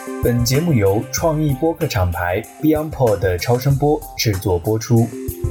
本节目由创意播客厂牌 BeyondPod 的超声波制作播出。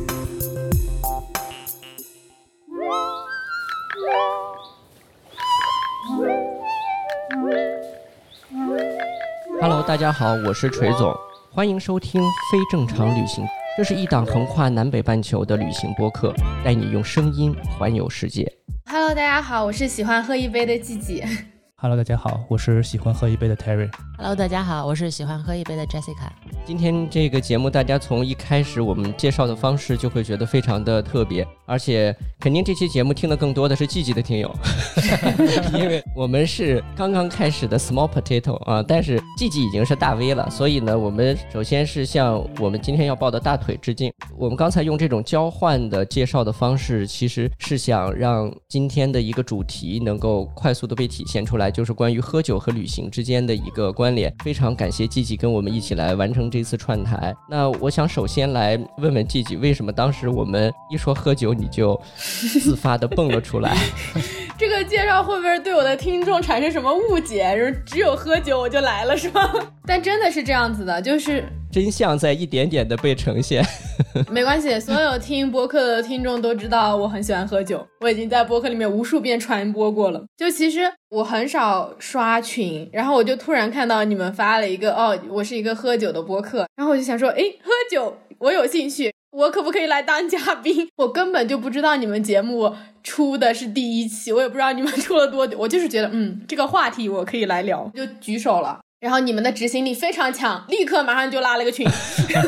Hello， 大家好，我是锤总，欢迎收听非正常旅行。这是一档横跨南北半球的旅行播客，带你用声音环游世界。 Hello， 大家好，我是喜欢喝一杯的季季。 Hello， 大家好，我是喜欢喝一杯的 Terry。Hello， 大家好，我是喜欢喝一杯的 Jessica。 今天这个节目，大家从一开始我们介绍的方式就会觉得非常的特别，而且肯定这期节目听的更多的是季季的听友，因为我们是刚刚开始的 Small Potato 啊，但是季季已经是大 V 了，所以呢，我们首先是向我们今天要抱的大腿致敬。我们刚才用这种交换的介绍的方式，其实是想让今天的一个主题能够快速的被体现出来，就是关于喝酒和旅行之间的一个关联。非常感谢季季跟我们一起来完成这次串台。那我想首先来问问季季，为什么当时我们一说喝酒你就自发的蹦了出来？ 这个介绍会不会对我的听众产生什么误解？只有喝酒我就来了是吗？但真的是这样子的，就是真相在一点点的被呈现。 没关系，所有听播客的听众都知道我很喜欢喝酒，我已经在播客里面无数遍传播过了。就其实我很少刷群，然后我就突然看到你们发了一个我是一个喝酒的播客，然后我就想说喝酒我有兴趣，我可不可以来当嘉宾？我根本就不知道你们节目出的是第1期，我也不知道你们出了多久，我就是觉得这个话题我可以来聊，就举手了。然后你们的执行力非常强，立刻马上就拉了个群。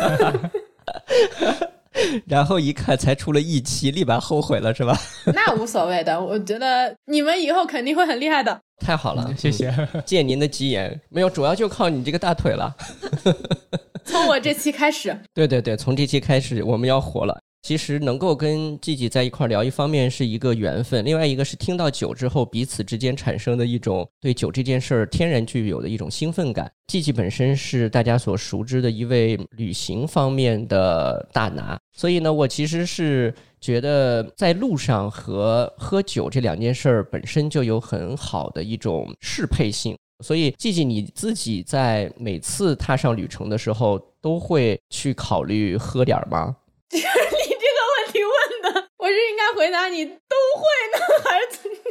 然后一看才出了1期，立马后悔了是吧？ 那无所谓的，我觉得你们以后肯定会很厉害的。 太好了， 谢谢。 借您的吉言，没有，主要就靠你这个大腿了。 从我这期开始。 对，从这期开始我们要火了。其实能够跟季季在一块聊，一方面是一个缘分，另外一个是听到酒之后彼此之间产生的一种对酒这件事儿天然具有的一种兴奋感。季季本身是大家所熟知的一位旅行方面的大拿，所以呢，我其实是觉得在路上和喝酒这两件事儿本身就有很好的一种适配性。所以季季你自己在每次踏上旅程的时候都会去考虑喝点吗？ 你这个问题问的，我是应该回答你都会呢，还是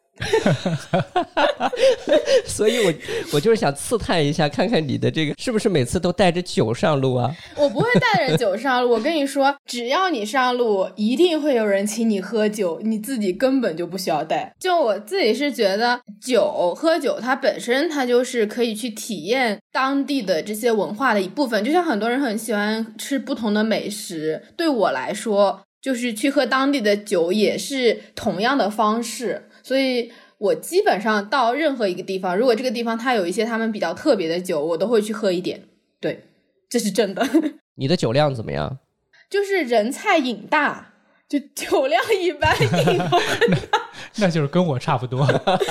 所以我就是想刺探一下，看看你的这个是不是每次都带着酒上路啊？ 我不会带着酒上路，我跟你说，只要你上路，一定会有人请你喝酒，你自己根本就不需要带。就我自己是觉得喝酒它本身它就是可以去体验当地的这些文化的一部分，就像很多人很喜欢吃不同的美食，对我来说就是去喝当地的酒也是同样的方式。所以我基本上到任何一个地方，如果这个地方它有一些他们比较特别的酒，我都会去喝一点。对，这是真的。 你的酒量怎么样？ 就是人菜瘾大，就酒量一般，瘾头很大。 那就是跟我差不多。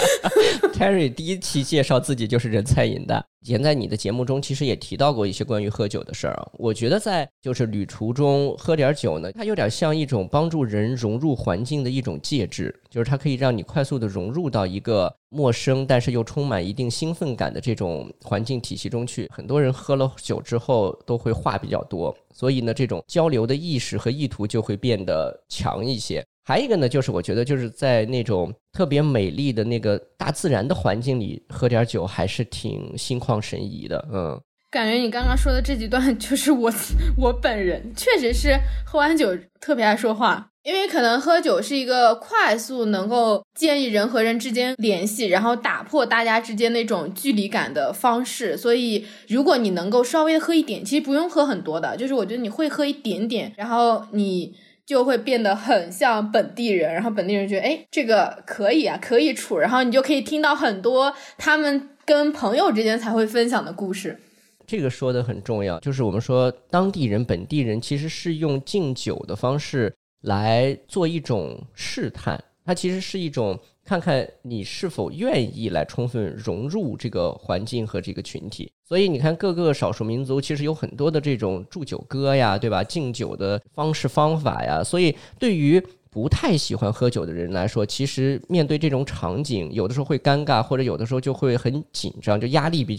Terry 第1期介绍自己就是人菜瘾大。以前在你的节目中其实也提到过一些关于喝酒的事儿啊。我觉得在就是旅途中喝点酒呢，它有点像一种帮助人融入环境的一种介质，就是它可以让你快速的融入到一个陌生但是又充满一定兴奋感的这种环境体系中去。很多人喝了酒之后都会话比较多，所以呢这种交流的意识和意图就会变得强一些。还有一个呢，就是我觉得就是在那种特别美丽的那个大自然的环境里喝点酒还是挺心旷神怡的。 感觉你刚刚说的这几段就是我本人，确实是喝完酒特别爱说话，因为可能喝酒是一个快速能够建立人和人之间联系，然后打破大家之间那种距离感的方式。所以如果你能够稍微喝一点，其实不用喝很多的，就是我觉得你会喝一点点，然后你就会变得很像本地人，然后本地人觉得这个可以啊，可以处，然后你就可以听到很多他们跟朋友之间才会分享的故事。 这个说的很重要，就是我们说当地人本地人其实是用敬酒的方式来做一种试探，它其实是一种看看你是否愿意来充分融入这个环境和这个群体。所以你看各个少数民族其实有很多的这种祝酒歌呀，对吧，敬酒的方式方法呀，所以对于不太喜欢喝酒的人来说，其实面对这种场景有的时候会尴尬，或者有的时候就会很紧张，就压力比较大。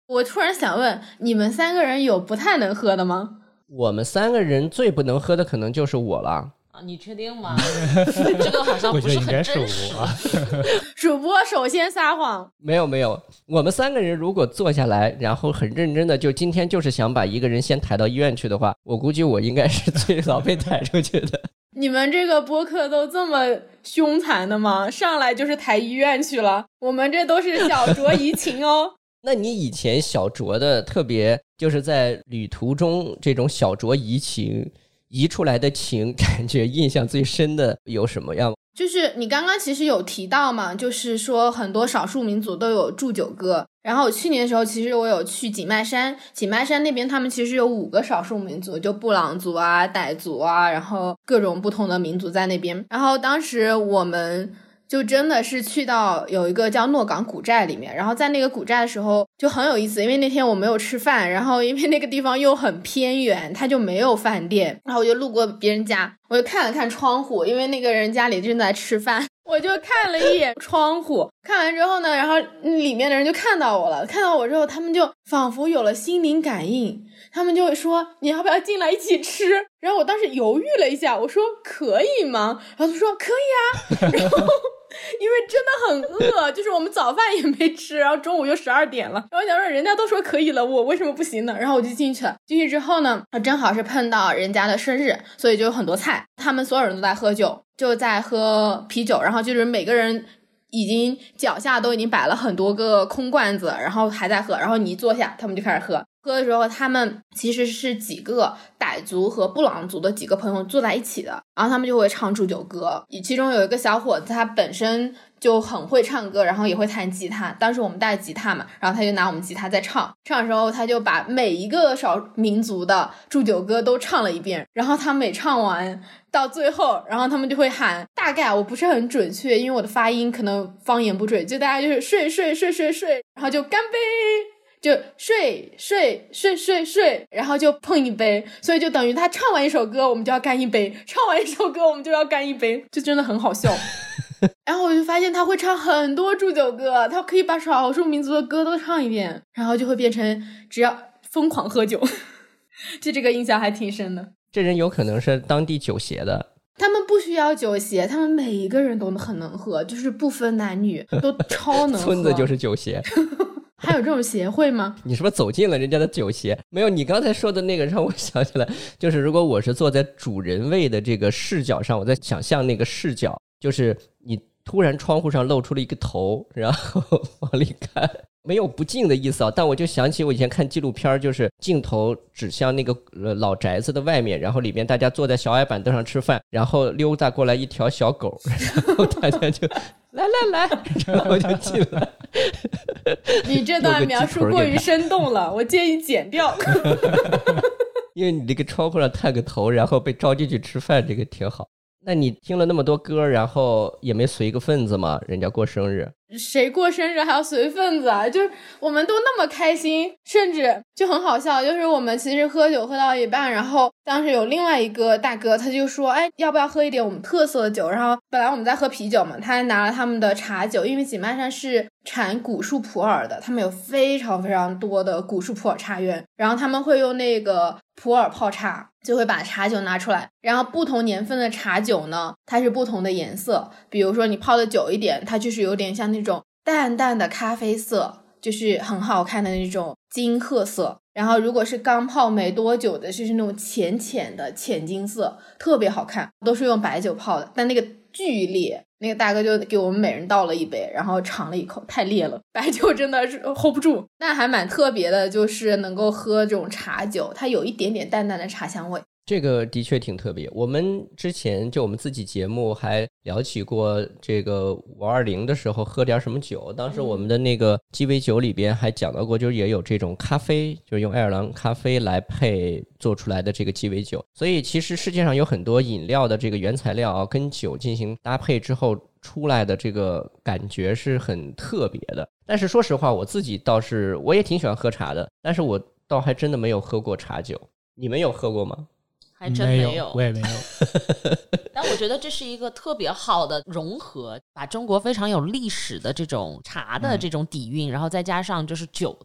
我突然想问，你们3个人有不太能喝的吗？ 我们3个人最不能喝的可能就是我了。 你确定吗？这个好像不是很真实。 主播首先撒谎。 没有，我们3个人如果坐下来，然后很认真的就今天就是想把一个人先抬到医院去的话，我估计我应该是最早被抬出去的。 你们这个播客都这么凶残的吗？上来就是抬医院去了，我们这都是小酌怡情哦。 那你以前小酌的特别就是在旅途中这种小酌怡情移出来的情，感觉印象最深的有什么样？ 就是你刚刚其实有提到嘛，就是说很多少数民族都有祝酒歌，然后去年的时候其实我有去景迈山那边，他们其实有5个少数民族，就布朗族啊、傣族啊，然后各种不同的民族在那边。然后当时我们就真的是去到有一个叫诺港古寨里面，然后在那个古寨的时候就很有意思，因为那天我没有吃饭，然后因为那个地方又很偏远，它就没有饭店，然后我就路过别人家，我就看了看窗户，因为那个人家里正在吃饭，我就看了一眼窗户，看完之后呢，然后里面的人就看到我了，看到我之后他们就仿佛有了心灵感应，他们就说你要不要进来一起吃，然后我当时犹豫了一下，我说可以吗？然后他说可以啊，然后因为真的很饿，就是我们早饭也没吃，然后中午就12点了，然后想说人家都说可以了，我为什么不行呢？然后我就进去了，进去之后呢，正好是碰到人家的生日，所以就有很多菜，他们所有人都在喝酒，就在喝啤酒，然后就是每个人已经脚下都已经摆了很多个空罐子，然后还在喝，然后你一坐下他们就开始喝。喝的时候他们其实是几个傣族和布朗族的几个朋友坐在一起的，然后他们就会唱祝酒歌，其中有一个小伙子他本身就很会唱歌，然后也会弹吉他，当时我们带吉他嘛，然后他就拿我们吉他在唱的时候，他就把每一个少民族的祝酒歌都唱了一遍，然后他每唱完到最后，然后他们就会喊，大概我不是很准确，因为我的发音可能方言不准，就大家就是睡睡睡睡睡，然后就干杯，就睡睡睡睡睡，然后就碰一杯，所以就等于他唱完一首歌我们就要干一杯，唱完一首歌我们就要干一杯，就真的很好笑。然后我就发现他会唱很多祝酒歌，他可以把少数民族的歌都唱一遍，然后就会变成只要疯狂喝酒。就这个印象还挺深的。 这人有可能是当地酒协的， 他们不需要酒协，他们每一个人都很能喝，就是不分男女都超能喝。 村子就是酒协。 还有这种协会吗？ 你是不是走进了人家的酒协？没有，你刚才说的那个让我想起来，就是如果我是坐在主人位的这个视角上，我在想象那个视角，就是你突然窗户上露出了一个头，然后往里看，没有不敬的意思啊，但我就想起我以前看纪录片，就是镜头指向那个老宅子的外面，然后里面大家坐在小矮板凳上吃饭，然后溜达过来一条小狗，然后大家就来来来，然后就进来。 你这段描述过于生动了，我建议剪掉。 因为你这个窗户上探个头，然后被招进去吃饭，这个挺好。那你听了那么多歌，然后也没随个份子吗？人家过生日， 谁过生日还要随份子啊？就是我们都那么开心，甚至就很好笑，就是我们其实喝酒喝到一半，然后当时有另外一个大哥，他就说，哎，要不要喝一点我们特色的酒？然后本来我们在喝啤酒嘛，他还拿了他们的茶酒，因为景迈山是产古树普洱的，他们有非常非常多的古树普洱茶园，然后他们会用那个普洱泡茶，就会把茶酒拿出来，然后不同年份的茶酒呢，它是不同的颜色，比如说你泡的久一点，它就是有点像那种淡淡的咖啡色，就是很好看的那种金褐色，然后如果是刚泡没多久的，就是那种浅浅的浅金色，特别好看，都是用白酒泡的，但那个巨烈，那个大哥就给我们每人倒了一杯，然后尝了一口，太烈了，白酒真的是 hold 不住。那还蛮特别的，就是能够喝这种茶酒，它有一点点淡淡的茶香味。 这个的确挺特别。我们之前就我们自己节目还聊起过这个520的时候喝点什么酒，当时我们的那个鸡尾酒里边还讲到过，就是也有这种咖啡，就是用爱尔兰咖啡来配做出来的这个鸡尾酒。所以其实世界上有很多饮料的这个原材料啊，跟酒进行搭配之后出来的这个感觉是很特别的。但是说实话，我自己倒是我也挺喜欢喝茶的，但是我倒还真的没有喝过茶酒。你们有喝过吗？ 还真没有， 我也没有。 但我觉得这是一个特别好的融合，把中国非常有历史的这种茶的这种底蕴，然后再加上就是酒的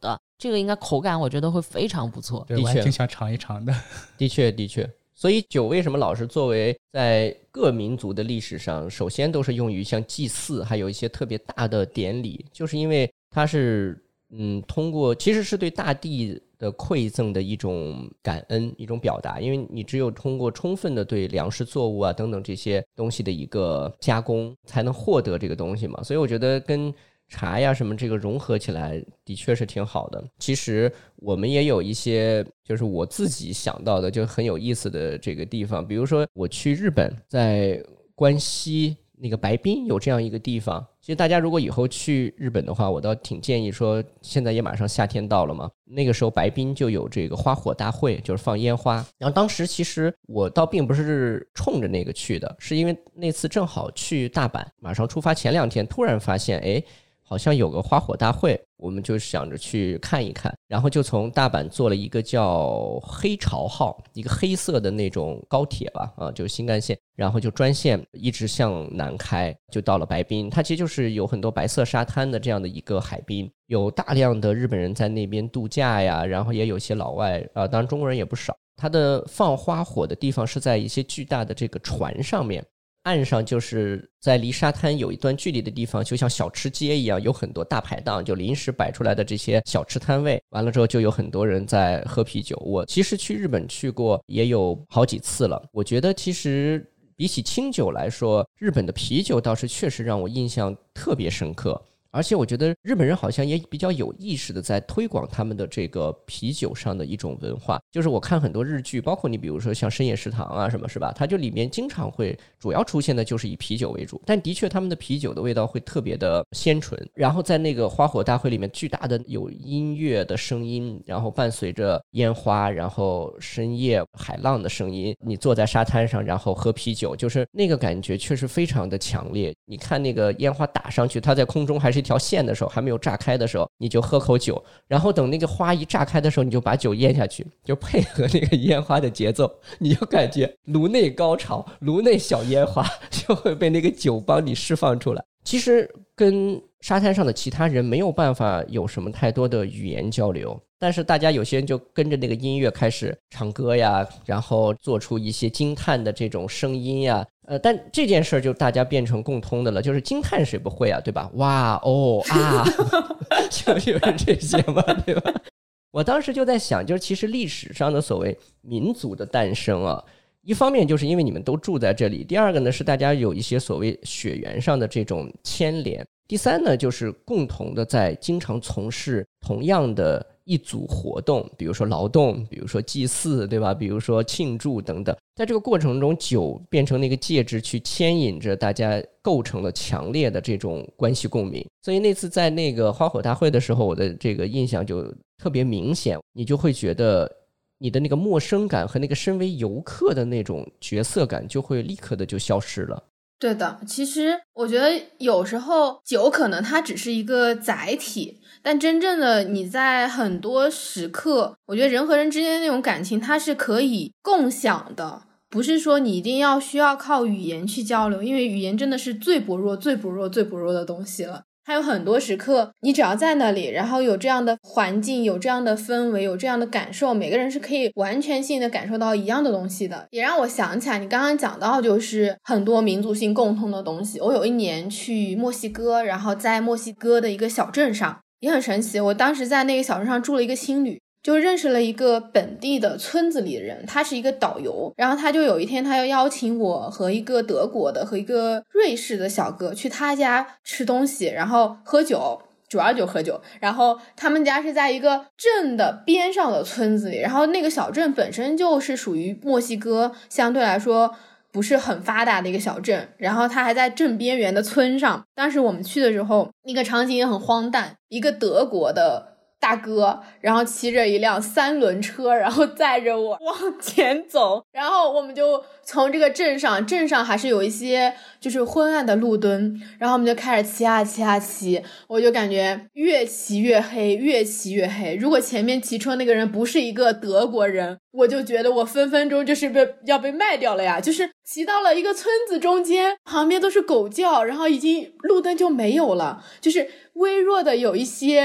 这个应该口感我觉得会非常不错。 对，我还挺想尝一尝的。 的确，所以酒为什么老是作为在各民族的历史上，首先都是用于像祭祀，还有一些特别大的典礼，就是因为它是通过其实是对大地的馈赠的一种感恩，一种表达，因为你只有通过充分的对粮食作物啊等等这些东西的一个加工，才能获得这个东西嘛。所以我觉得跟茶呀什么这个融合起来的确是挺好的。其实我们也有一些就是我自己想到的就很有意思的这个地方，比如说我去日本，在关西那个白滨有这样一个地方，其实大家如果以后去日本的话，我倒挺建议说，现在也马上夏天到了嘛，那个时候白滨就有这个花火大会，就是放烟花。然后当时其实我倒并不是冲着那个去的，是因为那次正好去大阪，马上出发前2天突然发现好像有个花火大会，我们就想着去看一看，然后就从大阪坐了一个叫黑潮号，一个黑色的那种高铁吧，就是新干线，然后就专线一直向南开，就到了白滨。它其实就是有很多白色沙滩的这样的一个海滨，有大量的日本人在那边度假呀，然后也有些老外当然中国人也不少。它的放花火的地方是在一些巨大的这个船上面，岸上就是在离沙滩有一段距离的地方，就像小吃街一样，有很多大排档，就临时摆出来的这些小吃摊位，完了之后就有很多人在喝啤酒。我其实去日本去过也有好几次了，我觉得其实比起清酒来说，日本的啤酒倒是确实让我印象特别深刻。而且我觉得日本人好像也比较有意识的在推广他们的这个啤酒上的一种文化，就是我看很多日剧，包括你比如说像深夜食堂啊什么，是吧，它就里面经常会主要出现的就是以啤酒为主，但的确他们的啤酒的味道会特别的鲜醇。然后在那个花火大会里面，巨大的有音乐的声音，然后伴随着烟花，然后深夜海浪的声音，你坐在沙滩上然后喝啤酒，就是那个感觉确实非常的强烈。你看那个烟花打上去，它在空中还是一条线的时候，还没有炸开的时候，你就喝口酒，然后等那个花一炸开的时候，你就把酒咽下去，就配合那个烟花的节奏，你就感觉颅内高潮，颅内小烟花就会被那个酒帮你释放出来。其实跟沙滩上的其他人没有办法有什么太多的语言交流，但是大家有些人就跟着那个音乐开始唱歌呀，然后做出一些惊叹的这种声音呀，但这件事就大家变成共通的了，就是惊叹谁不会啊，对吧？哇哦啊就是这些嘛，对吧？我当时就在想，就是其实历史上的所谓民族的诞生啊，一方面就是因为你们都住在这里，第二个呢是大家有一些所谓血缘上的这种牵连，第三呢就是共同的在经常从事同样的一组活动，比如说劳动，比如说祭祀，对吧？比如说庆祝等等，在这个过程中，酒变成那个介质去牵引着大家，构成了强烈的这种关系共鸣。所以那次在那个花火大会的时候，我的这个印象就特别明显，你就会觉得你的那个陌生感和那个身为游客的那种角色感就会立刻的就消失了。 对的，其实我觉得有时候酒可能它只是一个载体，但真正的你在很多时刻，我觉得人和人之间的那种感情它是可以共享的，不是说你一定需要靠语言去交流，因为语言真的是最薄弱的东西了。还有很多时刻你只要在那里，然后有这样的环境，有这样的氛围，有这样的感受，每个人是可以完全性的感受到一样的东西的。也让我想起来你刚刚讲到就是很多民族性共通的东西。我有一年去墨西哥，然后在墨西哥的一个小镇上也很神奇，我当时在那个小镇上住了一个青旅，就认识了一个本地的村子里的人，他是一个导游，然后他就有一天他要邀请我和一个德国的和一个瑞士的小哥去他家吃东西，然后喝酒，主要就喝酒，然后他们家是在一个镇的边上的村子里，然后那个小镇本身就是属于墨西哥相对来说不是很发达的一个小镇，然后他还在镇边缘的村上。当时我们去的时候那个场景也很荒诞，一个德国的大哥然后骑着一辆3轮车，然后载着我往前走，然后我们就从这个镇上还是有一些就是昏暗的路灯，然后我们就开始骑啊骑，我就感觉越骑越黑。如果前面骑车那个人不是一个德国人，我就觉得我分分钟就是要被卖掉了呀。就是骑到了一个村子中间，旁边都是狗叫，然后已经路灯就没有了，就是微弱的有一些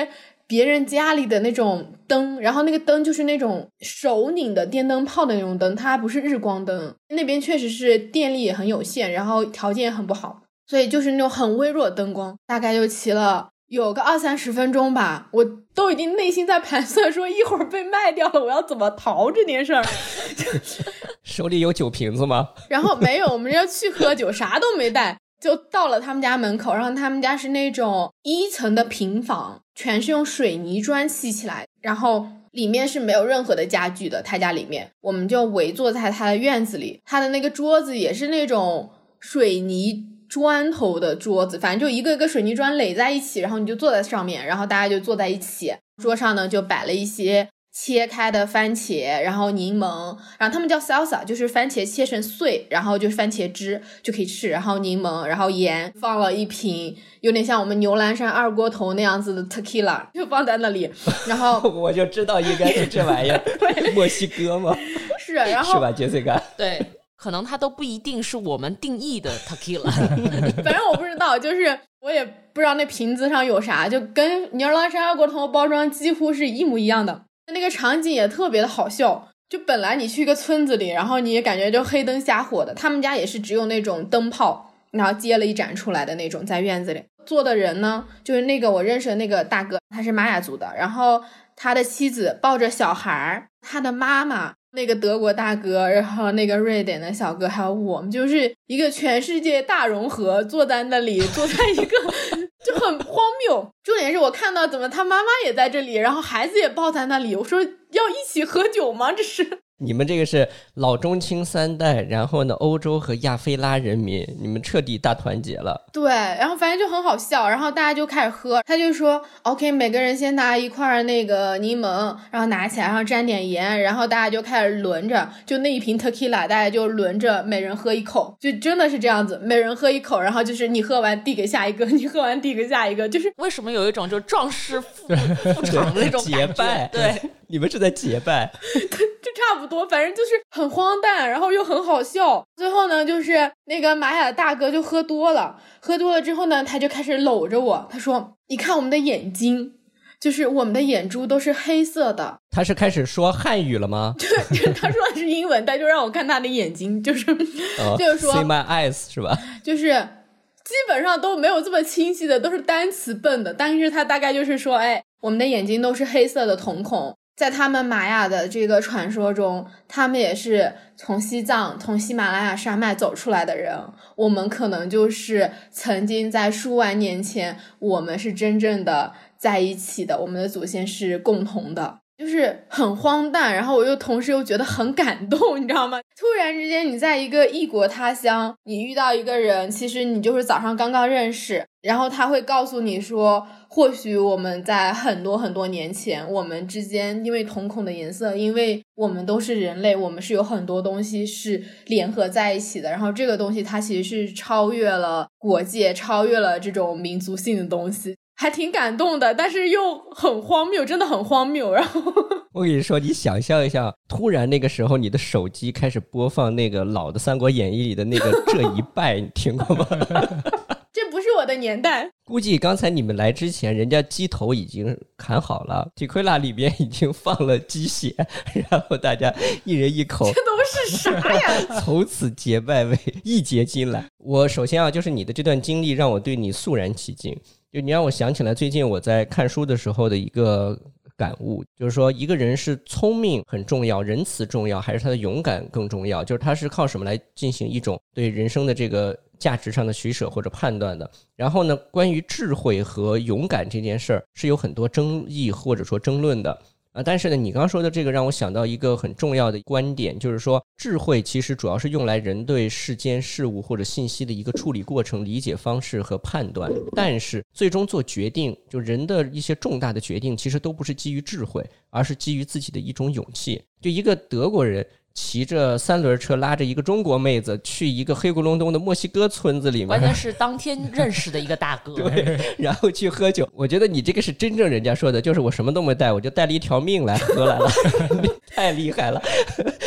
别人家里的那种灯，然后那个灯就是那种手拧的电灯泡的那种灯，它不是日光灯，那边确实是电力也很有限，然后条件也很不好，所以就是那种很微弱的灯光，大概就骑了有个20-30分钟吧，我都已经内心在盘算说一会儿被卖掉了我要怎么逃这件事儿。 手里有酒瓶子吗？ 然后没有，我们要去喝酒，啥都没带，就到了他们家门口，然后他们家是那种1层的平房，全是用水泥砖砌起来，然后里面是没有任何的家具的，他家里面我们就围坐在他的院子里，他的那个桌子也是那种水泥砖头的桌子，反正就一个一个水泥砖垒在一起，然后你就坐在上面，然后大家就坐在一起，桌上呢就摆了一些切开的番茄，然后柠檬，然后他们叫 salsa， 就是番茄切成碎，然后就是番茄汁就可以吃，然后柠檬，然后盐，放了一瓶有点像我们牛栏山二锅头那样子的 tequila 就放在那里，然后我就知道应该是这玩意儿。墨西哥吗？ 是，然后是吧，Jessica？ 对，可能它都不一定是我们定义的 tequila。 反正我不知道，就是我也不知道那瓶子上有啥，就跟牛栏山二锅头包装几乎是一模一样的。那个场景也特别的好笑，就本来你去一个村子里，然后你也感觉就黑灯瞎火的，他们家也是只有那种灯泡，然后接了一盏出来的那种，在院子里坐的人呢，就是那个我认识的那个大哥，他是玛雅族的，然后他的妻子抱着小孩，他的妈妈那个德国大哥，然后那个瑞典的小哥，还有我们，就是一个全世界大融合，坐在那里，坐在一个就很荒谬。重点是我看到怎么他妈妈也在这里，然后孩子也抱在那里，我说要一起喝酒吗？这是你们这个是老中青3代，然后呢欧洲和亚非拉人民，你们彻底大团结了。 对，然后反正就很好笑，然后大家就开始喝，他就说 OK 每个人先拿一块那个柠檬，然后拿起来，然后沾点盐，然后大家就开始轮着，就那一瓶 tequila 大家就轮着每人喝一口，就真的是这样子，每人喝一口，然后就是你喝完递给下一个，你喝完递给下一个，就是为什么有一种就壮士赴场的那种感觉？ 结拜， 对， 你们是在结拜。 就差不多，反正就是很荒诞，然后又很好笑。最后呢，就是那个玛雅大哥就喝多了之后呢，他就开始搂着我，他说你看我们的眼睛，就是我们的眼珠都是黑色的。 他是开始说汉语了吗？ 对，他说的是英文，他就让我看他的眼睛，就是就是说 See my eyes 是吧？ 就是基本上都没有这么清晰的，都是单词笨的，但是他大概就是说，哎，我们的眼睛都是黑色的瞳孔。在他们玛雅的这个传说中，他们也是从西藏从喜马拉雅山脉走出来的人，我们可能就是曾经在数万年前我们是真正的在一起的，我们的祖先是共同的，就是很荒诞，然后我又同时又觉得很感动，你知道吗？突然之间你在一个异国他乡，你遇到一个人，其实你就是早上刚刚认识，然后他会告诉你说，或许我们在很多很多年前，我们之间因为瞳孔的颜色，因为我们都是人类，我们是有很多东西是联合在一起的，然后这个东西它其实是超越了国界，超越了这种民族性的东西，还挺感动的，但是又很荒谬，真的很荒谬。然后我跟你说，你想象一下，突然那个时候你的手机开始播放那个老的《三国演义》里的那个这一拜，你听过吗？ 这不是我的年代， 估计刚才你们来之前，人家鸡头已经砍好了，tequila里边已经放了鸡血，然后大家一人一口， 这都是啥呀？ 从此结拜为义结金来。我首先啊，就是你的这段经历让我对你肃然起敬，就你让我想起来最近我在看书的时候的一个感悟，就是说一个人是聪明很重要，仁慈重要，还是他的勇敢更重要，就是他是靠什么来进行一种对人生的这个价值上的取舍或者判断的。然后呢，关于智慧和勇敢这件事儿是有很多争议或者说争论的但是呢，你刚刚说的这个让我想到一个很重要的观点，就是说智慧其实主要是用来人对世间事物或者信息的一个处理过程、理解方式和判断，但是最终做决定，就人的一些重大的决定其实都不是基于智慧，而是基于自己的一种勇气。就一个德国人骑着3轮车拉着一个中国妹子去一个黑咕隆咚的墨西哥村子里面， 关键是当天认识的一个大哥对，然后去喝酒。我觉得你这个是真正人家说的，就是我什么都没带，我就带了一条命来喝来了你太厉害了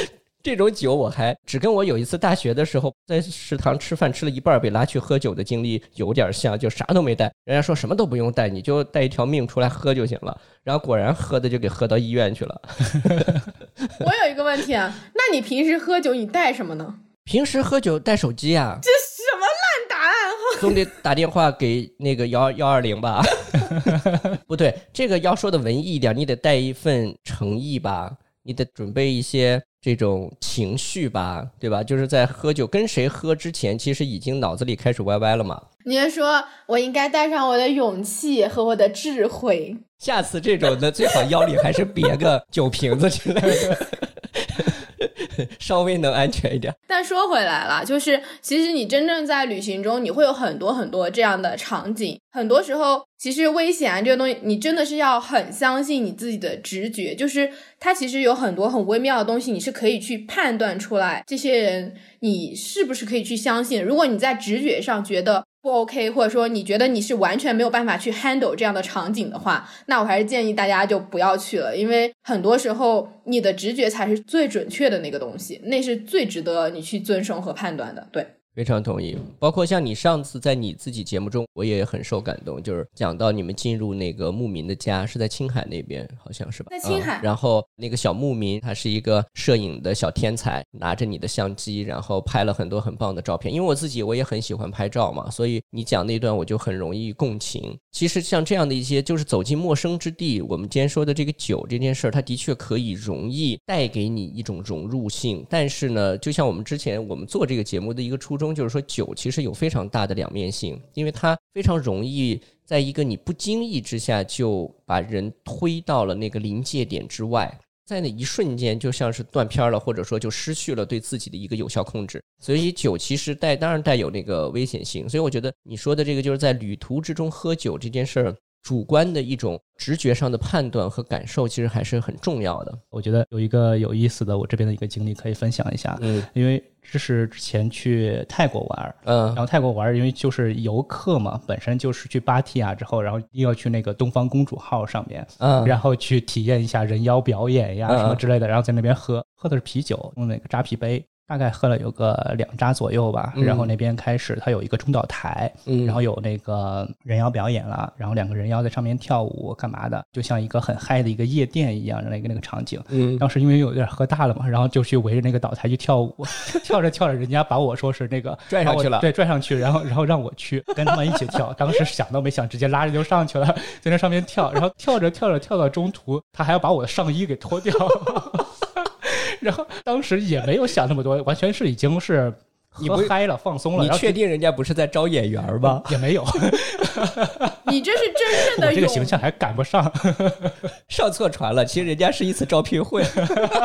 这种酒我还只跟我有一次大学的时候在食堂吃饭吃了一半被拉去喝酒的经历有点像，就啥都没带，人家说什么都不用带，你就带一条命出来喝就行了，然后果然喝的就给喝到医院去了。 我有一个问题啊，那你平时喝酒你带什么呢？ 平时喝酒带手机啊？ 这什么烂答案？ 总得打电话给那个120吧？不对，这个要说的文艺一点，你得带一份诚意吧，你得准备一些这种情绪吧，对吧？就是在喝酒跟谁喝之前，其实已经脑子里开始歪歪了嘛。 你是说我应该带上我的勇气和我的智慧？ 下次这种的最好腰里还是别个酒瓶子之类的。稍微能安全一点。 但说回来了，就是其实你真正在旅行中，你会有很多很多这样的场景。很多时候其实危险啊这个东西，你真的是要很相信你自己的直觉，就是它其实有很多很微妙的东西，你是可以去判断出来这些人你是不是可以去相信。如果你在直觉上觉得不 OK， 或者说你觉得你是完全没有办法去 handle 这样的场景的话，那我还是建议大家就不要去了，因为很多时候你的直觉才是最准确的那个东西，那是最值得你去遵守和判断的。对， 非常同意。包括像你上次在你自己节目中，我也很受感动，就是讲到你们进入那个牧民的家，是在青海那边，好像是吧？ 在青海。 然后那个小牧民他是一个摄影的小天才，拿着你的相机，然后拍了很多很棒的照片。因为我也很喜欢拍照嘛，所以你讲那段我就很容易共情。其实像这样的一些就是走进陌生之地，我们今天说的这个酒这件事，它的确可以容易带给你一种融入性。但是呢，就像我们之前我们做这个节目的一个初衷，就是说酒其实有非常大的两面性，因为它非常容易在一个你不经意之下就把人推到了那个临界点之外，在那一瞬间就像是断片了，或者说就失去了对自己的一个有效控制。所以酒其实当然带有那个危险性，所以我觉得你说的这个就是在旅途之中喝酒这件事儿，主观的一种直觉上的判断和感受其实还是很重要的。 我觉得有一个有意思的我这边的一个经历可以分享一下。因为这是之前去泰国玩，然后泰国玩因为就是游客嘛，本身就是去芭提雅之后，然后又要去那个东方公主号上面，然后去体验一下人妖表演呀什么之类的，然后在那边喝的是啤酒，用那个扎啤杯，大概喝了有个2扎左右吧，然后那边开始它有一个中岛台，然后有那个人妖表演了，然后2个人妖在上面跳舞干嘛的，就像一个很嗨的一个夜店一样的那个场景。当时因为有点喝大了嘛，然后就去围着那个岛台去跳舞，跳着人家把我说是那个拽上去了， 对，拽上去，然后让我去跟他们一起跳。当时想都没想，直接拉着就上去了，在那上面跳，然后跳到中途，他还要把我的上衣给脱掉。然后当时也没有想那么多，完全是已经是喝嗨了放松了。 你确定人家不是在招演员吧？ 也没有。 你这是真正的我这个形象还赶不上。 上错船了，其实人家是一次招聘会。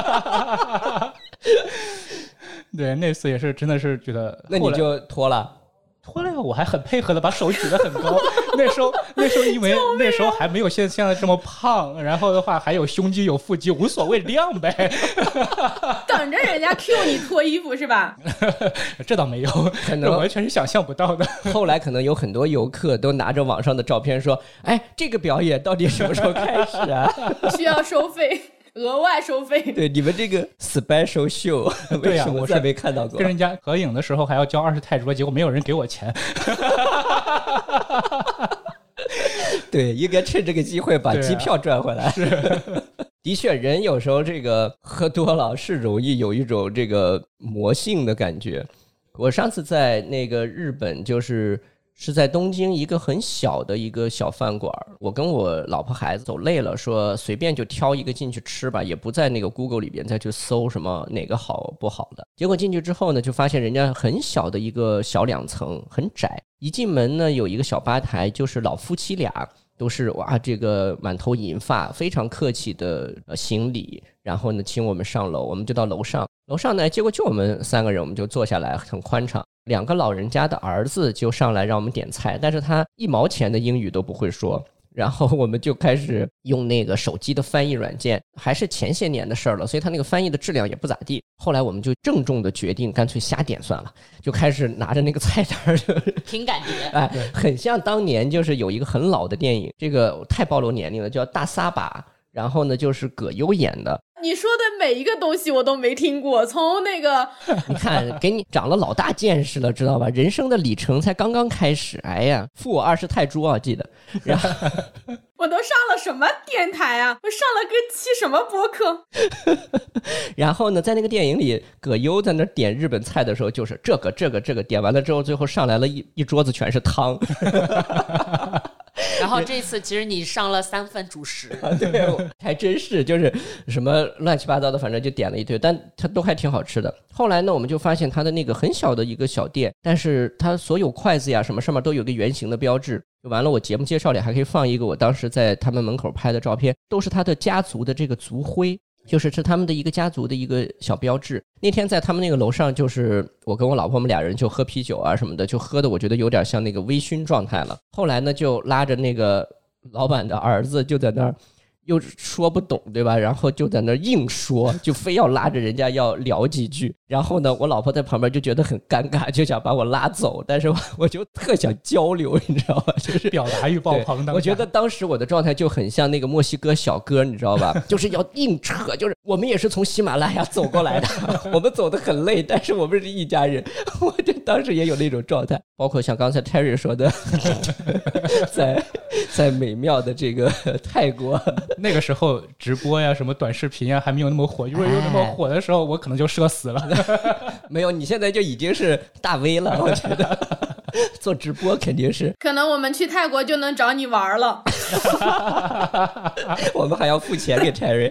对，那次也是真的是觉得。 那你就脱了？ 脱了，我还很配合的把手举得很高。那时候因为那时候还没有现在这么胖，然后的话还有胸肌有腹肌，无所谓亮呗。 等着人家 Q 你脱衣服是吧？ 这倒没有，可能完全是想象不到的。 后来可能有很多游客都拿着网上的照片说：“哎，这个表演到底什么时候开始啊？” 需要收费。额外收费。 对，你们这个 special show 为什么再没看到过？ 跟人家合影的时候还要交20泰铢，结果没有人给我钱。 对，应该趁这个机会把机票赚回来。的确，人有时候这个喝多了是容易有一种这个魔性的感觉。我上次在那个日本是在东京一个很小的一个小饭馆，我跟我老婆孩子走累了，说随便就挑一个进去吃吧，也不在那个 Google 里边再去搜什么哪个好不好的。结果进去之后呢，就发现人家很小的一个小2层，很窄。一进门呢，有一个小吧台，就是老夫妻俩，都是哇，这个满头银发，非常客气的行礼，然后呢请我们上楼，我们就到楼上呢，结果就我们3个人，我们就坐下来，很宽敞。2个老人家的儿子就上来让我们点菜，但是他1毛钱的英语都不会说，然后我们就开始用那个手机的翻译软件，还是前些年的事儿了，所以他那个翻译的质量也不咋地。后来我们就郑重的决定干脆瞎点算了，就开始拿着那个菜单凭感觉。 哎，很像当年就是有一个很老的电影，这个太暴露年龄了，叫大撒把，然后呢就是葛优演的。 你你说的每一个东西我都没听过，从那个你看给你长了老大见识了，知道吧？人生的里程才刚刚开始。哎呀，付我20泰铢啊，记得。然后我都上了什么电台啊？我上了个期什么播客？ 然后呢，在那个电影里，葛优在那点日本菜的时候，就是这个点完了之后，最后上来了一桌子全是汤。 然后这次其实你上了3份主食。 对，还真是，就是什么乱七八糟的，反正就点了一堆，但它都还挺好吃的。后来呢，我们就发现它的那个很小的一个小店，但是它所有筷子呀什么上面都有个圆形的标志。就完了，我节目介绍里还可以放一个我当时在他们门口拍的照片，都是他的家族的这个族徽，就是他们的一个家族的一个小标志。那天在他们那个楼上，就是我跟我老婆我们俩人就喝啤酒啊什么的，就喝的我觉得有点像那个微醺状态了。后来呢，就拉着那个老板的儿子就在那儿又说不懂，对吧？然后就在那硬说，就非要拉着人家要聊几句。然后呢，我老婆在旁边就觉得很尴尬，就想把我拉走，但是我就特想交流，你知道吧？就是表达欲爆棚。 我觉得当时我的状态就很像那个墨西哥小哥，你知道吧？就是要硬扯，就是我们也是从喜马拉雅走过来的，我们走得很累，但是我们是一家人。我就当时也有那种状态，包括像刚才 Terry 说的，在美妙的这个泰国。 那个时候直播呀什么短视频呀还没有那么火，如果有那么火的时候我可能就社死了。 没有，你现在就已经是大 V 了，我觉得做直播肯定是。 可能我们去泰国就能找你玩了。 我们还要付钱给 Terry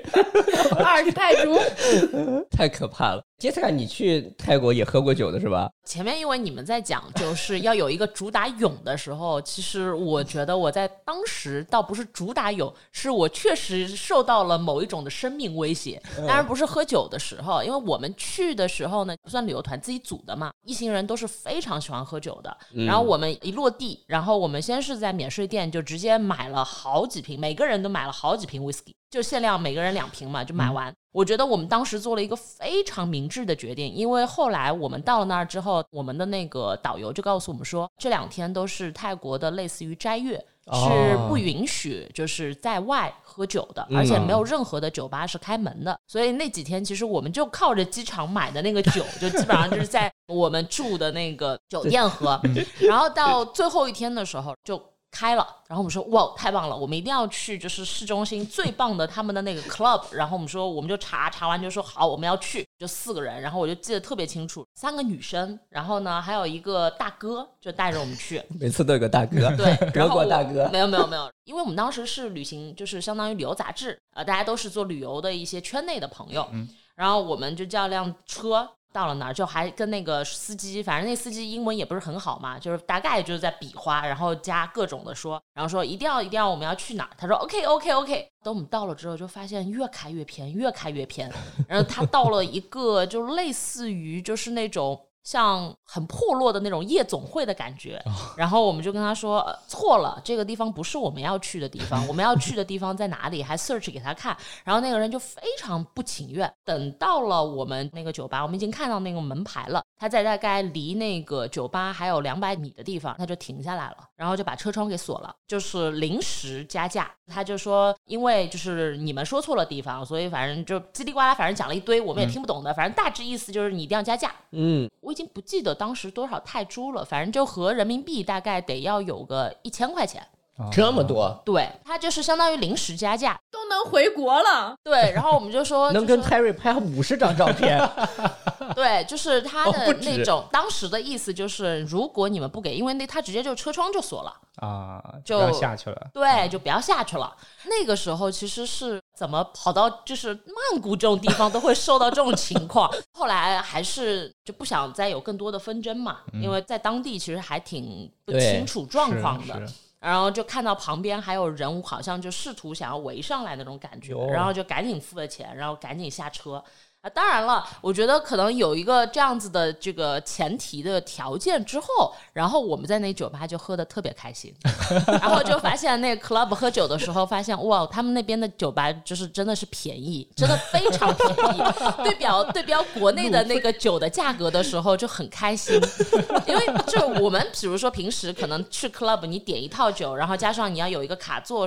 20泰铢， 太可怕了。杰斯卡，你去泰国也喝过酒的是吧？ 前面因为你们在讲就是要有一个主打泳的时候，其实我觉得我在当时倒不是主打泳，是我确实受到了某一种的生命威胁。当然不是喝酒的时候，因为我们去的时候呢，不算旅游团自己组的嘛，一行人都是非常喜欢喝酒的。然后我们一落地，然后我们先是在免税店就直接买了好几瓶，每个人都买了好几瓶 whisky， 就限量每个人2瓶嘛，就买完。我觉得我们当时做了一个非常明智的决定，因为后来我们到了那儿之后，我们的那个导游就告诉我们说，这2天都是泰国的类似于斋月，是不允许就是在外喝酒的，而且没有任何的酒吧是开门的。所以那几天其实我们就靠着机场买的那个酒，就基本上就是在我们住的那个酒店喝。然后到最后一天的时候就开了，然后我们说哇太棒了，我们一定要去就是市中心最棒的他们的那个 club， 然后我们说我们就查完就说好我们要去，就4个人，然后我就记得特别清楚，3个女生，然后呢还有一个大哥就带着我们去。 每次都有个大哥， 对， 德国大哥。 没有，因为我们当时是旅行，就是相当于旅游杂志，大家都是做旅游的一些圈内的朋友，然后我们就叫辆车。到了那儿就还跟那个司机，反正那司机英文也不是很好嘛，就是大概就是在比划，然后加各种的说，然后说一定要我们要去哪儿，他说 OK。等我们到了之后就发现越开越偏，然后他到了一个就类似于就是那种像很破落的那种夜总会的感觉，然后我们就跟他说错了，这个地方不是我们要去的地方，我们要去的地方在哪里，还 search 给他看，然后那个人就非常不情愿。等到了我们那个酒吧，我们已经看到那个门牌了，他在大概离那个酒吧还有200米的地方，他就停下来了，然后就把车窗给锁了，就是临时加价。他就说因为就是你们说错了地方，所以反正就叽里呱啦反正讲了一堆我们也听不懂的，反正大致意思就是你一定要加价。我已经不记得当时多少泰铢了，反正就合人民币大概得要有个1000块钱。 这么多？ 对，他就是相当于临时加价， 都能回国了。 对，然后我们就说能跟 Terry 拍50张照片。 对，就是他的那种当时的意思就是如果你们不给，因为他直接就车窗就锁了啊， 就不要下去了。 对，就不要下去了。那个时候其实是怎么跑到就是曼谷这种地方都会受到这种情况。后来还是就不想再有更多的纷争嘛，因为在当地其实还挺不清楚状况的。然后就看到旁边还有人好像就试图想要围上来那种感觉，然后就赶紧付了钱，然后赶紧下车。当然了，我觉得可能有一个这样子的这个前提的条件之后，然后我们在那酒吧就喝得特别开心。然后就发现那个 club 喝酒的时候发现哇，他们那边的酒吧就是真的是便宜，真的非常便宜。对标国内的那个酒的价格的时候就很开心。因为就我们比如说平时可能去 club 你点一套酒，然后加上你要有一个卡座什么的，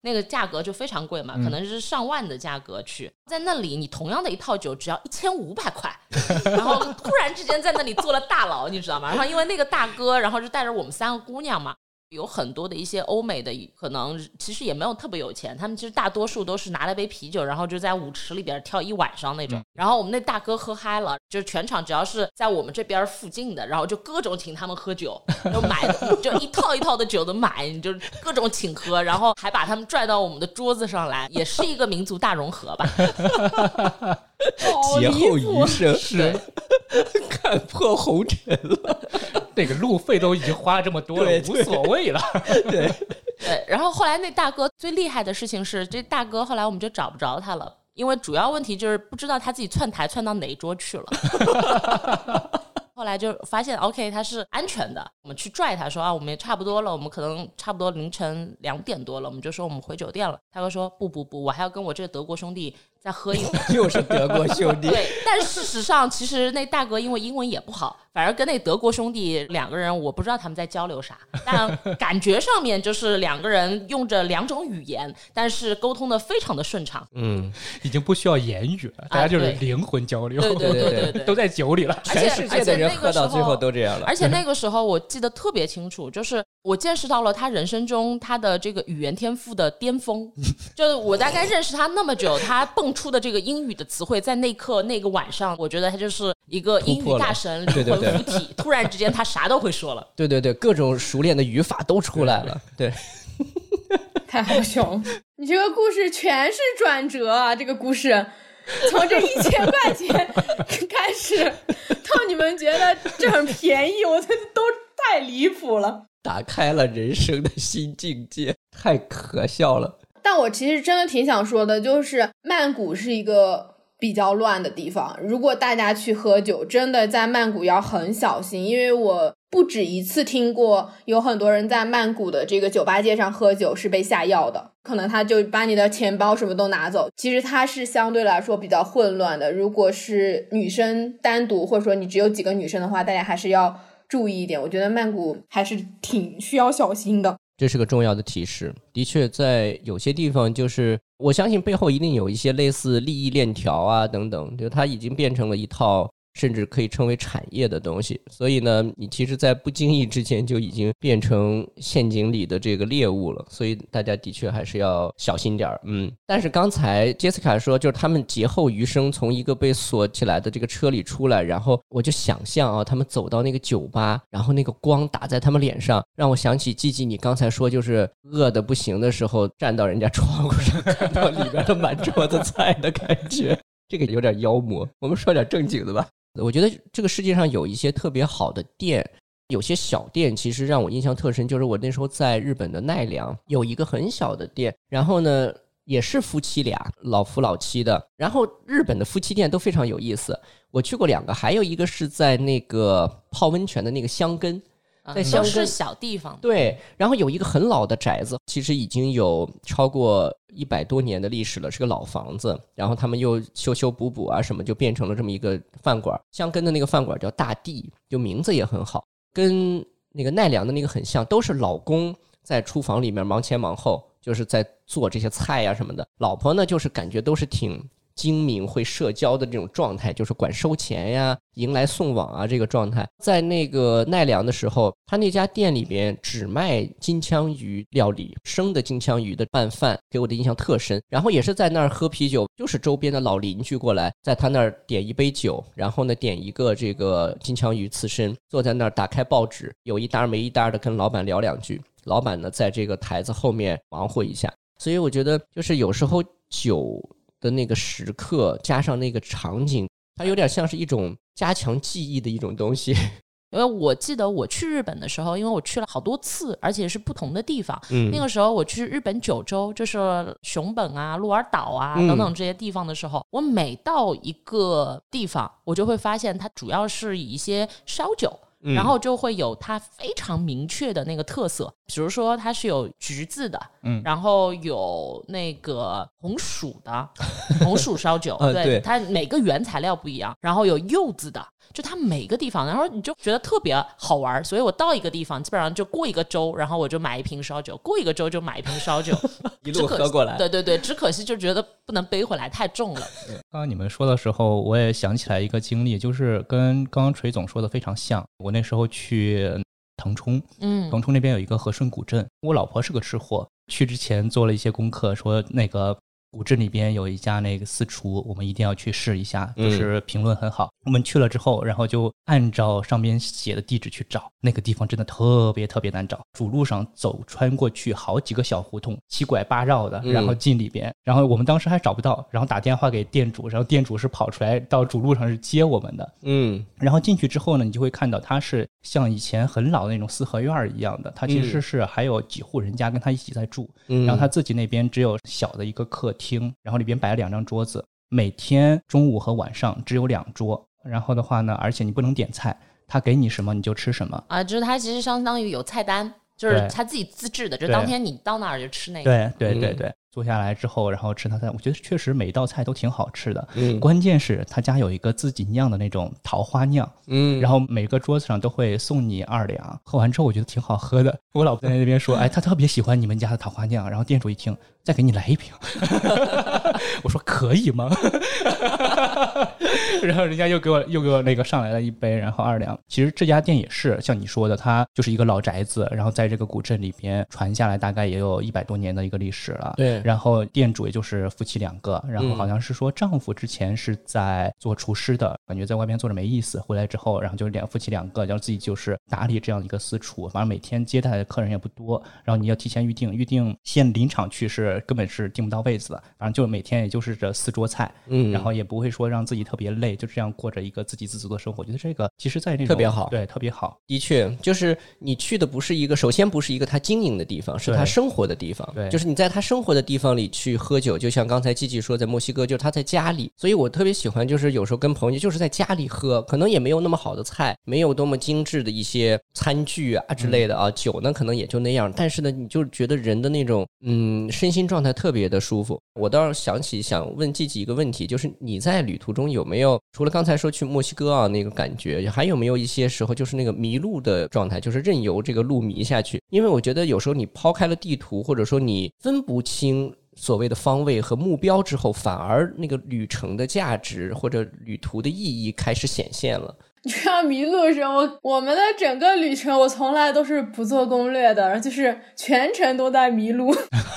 那个价格就非常贵嘛，可能是上万的价格去，在那里你同样的一套酒只要1500块，然后突然之间在那里坐了大牢，你知道吗？然后因为那个大哥，然后就带着我们3个姑娘嘛，有很多的一些欧美的可能其实也没有特别有钱，他们其实大多数都是拿了杯啤酒，然后就在舞池里边跳一晚上那种，然后我们那大哥喝嗨了，就全场只要是在我们这边附近的，然后就各种请他们喝酒，就买就一套一套的酒都买，你就各种请喝，然后还把他们拽到我们的桌子上来，也是一个民族大融合吧。 劫后余生是看破红尘了。 那个路费都已经花了这么多了，无所谓了。 对， 然后后来那大哥最厉害的事情是，这大哥后来我们就找不着他了，因为主要问题就是不知道他自己窜台窜到哪一桌去了。后来就发现 OK 他是安全的，我们去拽他说啊，我们也差不多了，我们可能差不多凌晨2点多了，我们就说我们回酒店了。大哥说不，我还要跟我这个德国兄弟再喝一会儿。 又是德国兄弟。 对，但事实上其实那大哥因为英文也不好，反而跟那德国兄弟2个人，我不知道他们在交流啥，但感觉上面就是2个人用着2种语言，但是沟通的非常的顺畅。 已经不需要言语了，大家就是灵魂交流。 对， 都在酒里了。 全世界的人喝到最后都这样了。 而且那个时候我记得特别清楚，就是我见识到了他人生中他的这个语言天赋的巅峰。就是我大概认识他那么久，他蹦出的这个英语的词汇，在那一刻那个晚上，我觉得他就是一个英语大神，灵魂附体。突然之间他啥都会说了。 对，各种熟练的语法都出来了。对， 太好笑了！你这个故事全是转折啊！这个故事从这1000块钱开始，到你们觉得这很便宜，我都太离谱了， 打开了人生的新境界，太可笑了。 但我其实真的挺想说的，就是曼谷是一个比较乱的地方，如果大家去喝酒，真的在曼谷要很小心，因为我不止一次听过有很多人在曼谷的这个酒吧街上喝酒是被下药的，可能他就把你的钱包什么都拿走，其实它是相对来说比较混乱的。如果是女生单独，或者说你只有几个女生的话，大家还是要注意一点，我觉得曼谷还是挺需要小心的。 这是个重要的提示，的确在有些地方，就是我相信背后一定有一些类似利益链条啊等等，就它已经变成了一套甚至可以称为产业的东西，所以呢你其实在不经意之前就已经变成陷阱里的这个猎物了，所以大家的确还是要小心点。但是刚才杰斯卡说就是他们劫后余生从一个被锁起来的这个车里出来，然后我就想象啊，他们走到那个酒吧，然后那个光打在他们脸上，让我想起季季你刚才说就是饿得不行的时候站到人家窗户上看到里边的满桌子菜的感觉，这个有点妖魔。我们说点正经的吧。我觉得这个世界上有一些特别好的店，有些小店其实让我印象特深，就是我那时候在日本的奈良有一个很小的店，然后呢也是夫妻俩，老夫老妻的，然后日本的夫妻店都非常有意思，我去过2个，还有一个是在那个泡温泉的那个箱根，在箱根都是小地方。 对，然后有一个很老的宅子，其实已经有超过100多年的历史了，是个老房子，然后他们又修补补啊什么，就变成了这么一个饭馆。箱根的那个饭馆叫大地，就名字也很好，跟那个奈良的那个很像，都是老公在厨房里面忙前忙后，就是在做这些菜啊什么的，老婆呢就是感觉都是挺精明会社交的这种状态，就是管收钱呀迎来送往啊这个状态。在那个奈良的时候，他那家店里边只卖金枪鱼料理，生的金枪鱼的拌饭给我的印象特深。然后也是在那儿喝啤酒，就是周边的老邻居过来在他那儿点一杯酒，然后呢点一个这个金枪鱼刺身，坐在那儿打开报纸，有一搭没一搭的跟老板聊2句，老板呢在这个台子后面忙活一下。所以我觉得就是有时候酒的那个时刻加上那个场景，它有点像是一种加强记忆的一种东西。 因为我记得我去日本的时候，因为我去了好多次，而且是不同的地方。那个时候我去日本九州，就是熊本啊、鹿儿岛啊等等这些地方的时候，我每到一个地方，我就会发现它主要是以一些烧酒。然后就会有它非常明确的那个特色，比如说它是有橘子的，然后有那个红薯的红薯烧酒，对，它每个原材料不一样，然后有柚子的， 就它每个地方，然后你就觉得特别好玩，所以我到一个地方基本上就过一个州，然后我就买一瓶烧酒，过一个州就买一瓶烧酒一路喝过来。 对对对，只可惜就觉得不能背回来，太重了。 刚刚你们说的时候，我也想起来一个经历，就是跟刚刚锤总说的非常像。我那时候去腾冲，腾冲那边有一个和顺古镇，我老婆是个吃货，去之前做了一些功课，说那个古镇里边有一家那个私厨，我们一定要去试一下，就是评论很好。我们去了之后，然后就按照上边写的地址去找，那个地方真的特别特别难找，主路上穿过去好几个小胡同，七拐八绕的，然后进里边，然后我们当时还找不到，然后打电话给店主，然后店主是跑出来到主路上是接我们的。然后进去之后呢，你就会看到它是像以前很老的那种四合院一样的，它其实是还有几户人家跟他一起在住，然后他自己那边只有小的一个客厅，然后里边摆了2张桌子，每天中午和晚上只有2桌，然后的话呢，而且你不能点菜，他给你什么你就吃什么啊，就是他其实相当于有菜单，就是他自己自制的，就当天你到那儿就吃那个。 对，坐下来之后，然后吃他菜，我觉得确实每一道菜都挺好吃的。关键是他家有一个自己酿的那种桃花酿，然后每个桌子上都会送你2两，喝完之后我觉得挺好喝的。我老婆在那边说，哎，她特别喜欢你们家的桃花酿，然后店主一听，再给你来1瓶。我说可以吗？然后人家又给我那个上来了1杯，然后2两。其实这家店也是像你说的，它就是一个老宅子，然后在这个古镇里边传下来大概也有100多年的一个历史了。 对。 然后店主也就是夫妻2个，然后好像是说丈夫之前是在做厨师的，感觉在外面做着没意思，回来之后然后就夫妻2个，然后自己就是打理这样一个私厨，反正每天接待的客人也不多，然后你要提前预定现临场去是根本是订不到位子的，反正就每天也就是这4桌菜，然后也不会说让自己特别累，就这样过着一个自给自足的生活。我觉得这个其实在那种特别好， 对，特别好。 的确，就是你去的首先不是一个他经营的地方，是他生活的地方， 对， 就是你在他生活的地方里去喝酒，就像刚才季季说，在墨西哥就是他在家里，所以我特别喜欢就是有时候跟朋友就是在家里喝，可能也没有那么好的菜，没有多么精致的一些餐具啊之类的啊，酒呢可能也就那样，但是呢你就觉得人的那种身心状态特别的舒服。我倒是想问季季一个问题，就是你在旅途中有没有除了刚才说去墨西哥啊那个感觉，还有没有一些时候就是那个迷路的状态，就是任由这个路迷下去？因为我觉得有时候你抛开了地图，或者说你分不清所谓的方位和目标之后，反而那个旅程的价值或者旅途的意义开始显现了。 这样迷路的时候，我们的整个旅程我从来都是不做攻略的，就是全程都在迷路。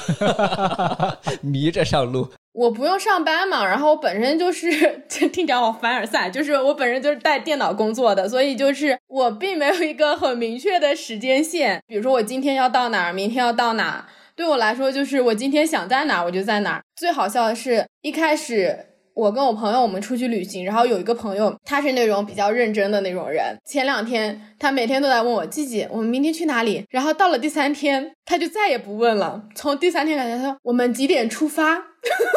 迷着上路。 我不用上班嘛，然后我本身就是听起来好凡尔赛，就是我本身就是带电脑工作的，所以就是我并没有一个很明确的时间线，比如说我今天要到哪儿，明天要到哪儿，对我来说就是我今天想在哪儿我就在哪儿。最好笑的是一开始我跟我朋友我们出去旅行，然后有一个朋友他是那种比较认真的那种人，前2天他每天都在问我季季我们明天去哪里，然后到了第3天他就再也不问了，从第3天感觉他说我们几点出发。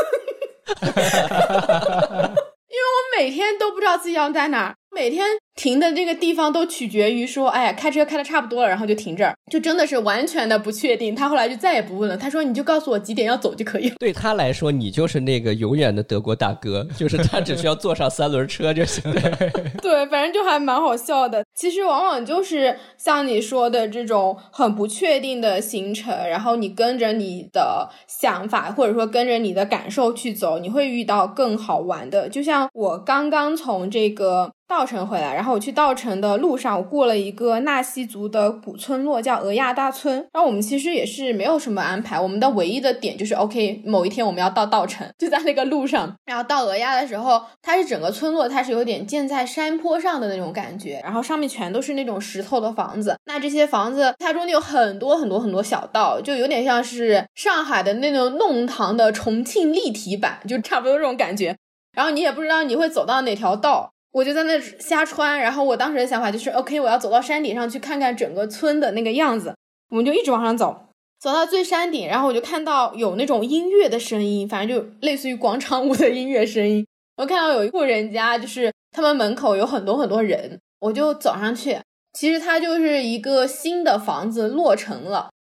因为我每天都不知道自己要在哪儿，每天停的这个地方都取决于说，哎呀，开车开的差不多了，然后就停这儿，就真的是完全的不确定。他后来就再也不问了，他说你就告诉我几点要走就可以了。 对他来说，你就是那个永远的德国大哥，就是他只需要坐上3轮车就行了。 对，反正就还蛮好笑的。其实往往就是像你说的这种很不确定的行程，然后你跟着你的想法或者说跟着你的感受去走，你会遇到更好玩的。就像我刚刚从这个稻城回来，然后我去稻城的路上，我过了一个纳西族的古村落叫俄亚大村，然后我们其实也是没有什么安排，我们的唯一的点就是 OK 某一天我们要到稻城，就在那个路上。然后到俄亚的时候，它是整个村落它是有点建在山坡上的那种感觉，然后上面全都是那种石头的房子，那这些房子它中间有很多很多很多小道，就有点像是上海的那种弄堂的重庆立体版，就差不多这种感觉。然后你也不知道你会走到哪条道，我就在那瞎穿，然后我当时的想法就是 OK 我要走到山顶上去看看整个村的那个样子，我们就一直往上走，走到最山顶，然后我就看到有那种音乐的声音，反正就类似于广场舞的音乐声音，我看到有一户人家就是他们门口有很多很多人，我就走上去，其实它就是一个新的房子落成了，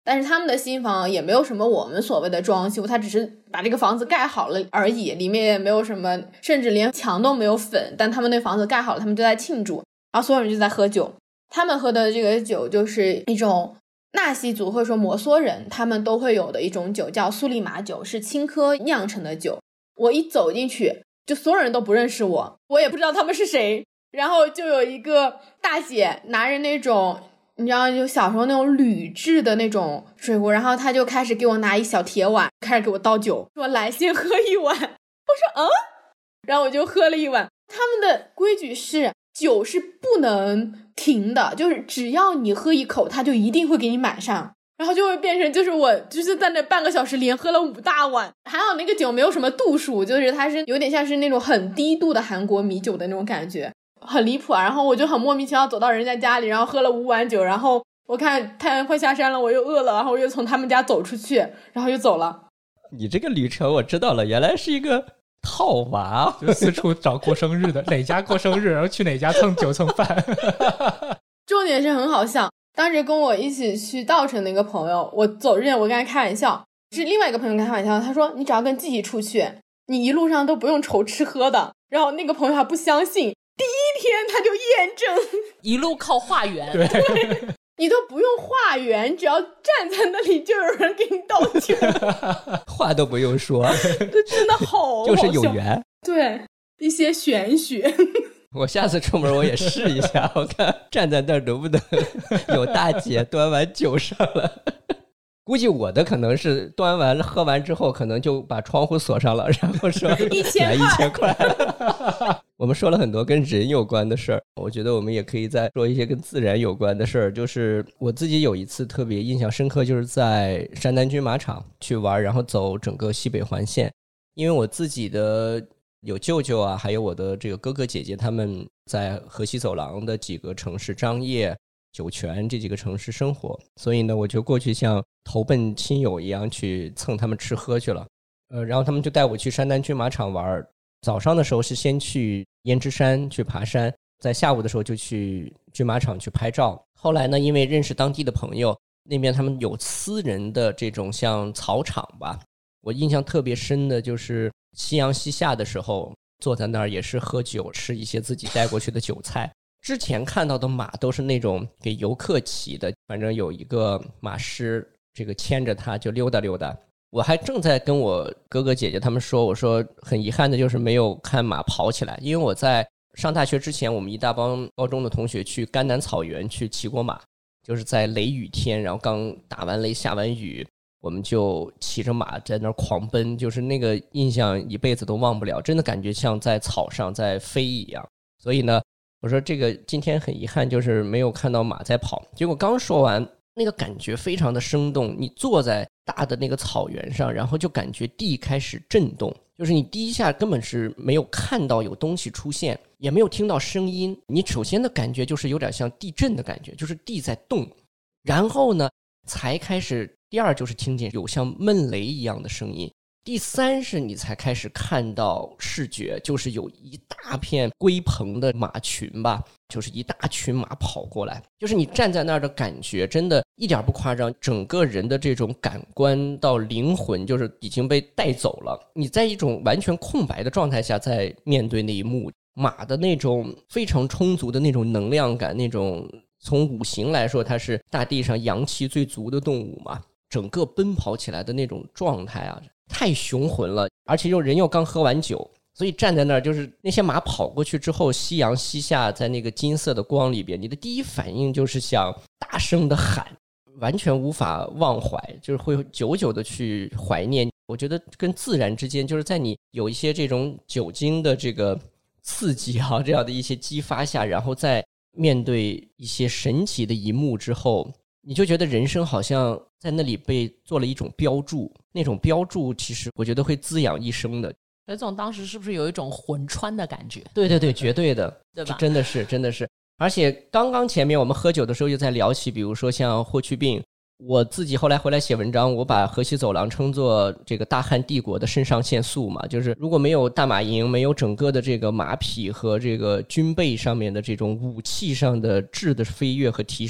但是他们的新房也没有什么我们所谓的装修，他只是把这个房子盖好了而已，里面也没有什么，甚至连墙都没有粉，但他们那房子盖好了，他们就在庆祝，然后所有人就在喝酒。他们喝的这个酒就是一种纳西族或者说摩梭人他们都会有的一种酒，叫苏利马酒，是青稞酿成的酒。我一走进去就所有人都不认识我，我也不知道他们是谁，然后就有一个大姐拿着那种你知道就小时候那种铝制的那种水壶，然后她就开始给我拿一小铁碗，开始给我倒酒，说来先喝一碗。我说然后我就喝了一碗。他们的规矩是酒是不能停的，就是只要你喝一口他就一定会给你满上，然后就会变成就是我就是在那半个小时连喝了5大碗。还好那个酒没有什么度数，就是它是有点像是那种很低度的韩国米酒的那种感觉，很离谱啊。然后我就很莫名其妙走到人家家里，然后喝了5碗酒，然后我看太阳快下山了，我又饿了，然后我又从他们家走出去，然后又走了。 你这个旅程我知道了，原来是一个套娃， 就四处找过生日的，哪家过生日然后去哪家蹭酒蹭饭。 重点是很好笑，当时跟我一起去稻城的一个朋友，我走之前我跟他开玩笑，是另外一个朋友跟他开玩笑，他说你只要跟季季出去，你一路上都不用愁吃喝的。然后那个朋友还不相信，第一天他就验证， 一路靠化缘。 对， 你都不用化缘，只要站在那里就有人给你倒酒。 话都不用说， 这真的好就是有缘。 对，一些玄学。 我下次出门我也试一下，我看站在那儿能不能有大姐端完酒上来。估计我的可能是端完了喝完之后可能就把窗户锁上了，然后说来1000块。我们说了很多跟人有关的事儿，我觉得我们也可以再说一些跟自然有关的事儿。就是我自己有一次特别印象深刻，就是在山南军马场去玩，然后走整个西北环线。因为我自己的有舅舅啊，还有我的这个哥哥姐姐，他们在河西走廊的几个城市，张掖、酒泉这几个城市生活，所以呢我就过去像投奔亲友一样去蹭他们吃喝去了。然后他们就带我去山南军马场玩，早上的时候是先去胭脂山去爬山，在下午的时候就去军马场去拍照。后来呢因为认识当地的朋友，那边他们有私人的这种像草场吧，我印象特别深的就是夕阳西下的时候坐在那儿也是喝酒，吃一些自己带过去的酒菜。之前看到的马都是那种给游客骑的，反正有一个马师这个牵着他就溜达溜达。我还正在跟我哥哥姐姐他们说，我说很遗憾的就是没有看马跑起来，因为我在上大学之前我们一大帮高中的同学去甘南草原去骑过马，就是在雷雨天，然后刚打完雷下完雨，我们就骑着马在那儿狂奔，就是那个印象一辈子都忘不了，真的感觉像在草上在飞一样。所以呢我说这个今天很遗憾，就是没有看到马在跑。结果刚说完，那个感觉非常的生动，你坐在大的那个草原上，然后就感觉地开始震动，就是你第一下根本是没有看到有东西出现，也没有听到声音，你首先的感觉就是有点像地震的感觉，就是地在动。然后呢才开始，第二就是听见有像闷雷一样的声音，第三是你才开始看到视觉，就是有一大片归棚的马群吧，就是一大群马跑过来，就是你站在那儿的感觉真的一点不夸张，整个人的这种感官到灵魂就是已经被带走了，你在一种完全空白的状态下在面对那一幕，马的那种非常充足的那种能量感，那种从五行来说它是大地上阳气最足的动物嘛，整个奔跑起来的那种状态啊太雄浑了，而且人又刚喝完酒，所以站在那儿就是那些马跑过去之后，夕阳西下，在那个金色的光里边，你的第一反应就是想大声的喊，完全无法忘怀，就是会久久的去怀念。我觉得跟自然之间，就是在你有一些这种酒精的这个刺激啊，这样的一些激发下，然后在面对一些神奇的一幕之后，你就觉得人生好像在那里被做了一种标注，那种标注其实我觉得会滋养一生的。 刘总当时是不是有一种魂穿的感觉？ 对对对，绝对的， 对吧？ 真的是真的是。而且刚刚前面我们喝酒的时候就在聊起，比如说像霍去病，我自己后来回来写文章，我把河西走廊称作这个大汉帝国的肾上腺素嘛，就是如果没有大马营，没有整个的这个马匹和这个军备上面的这种武器上的质的飞跃和提升，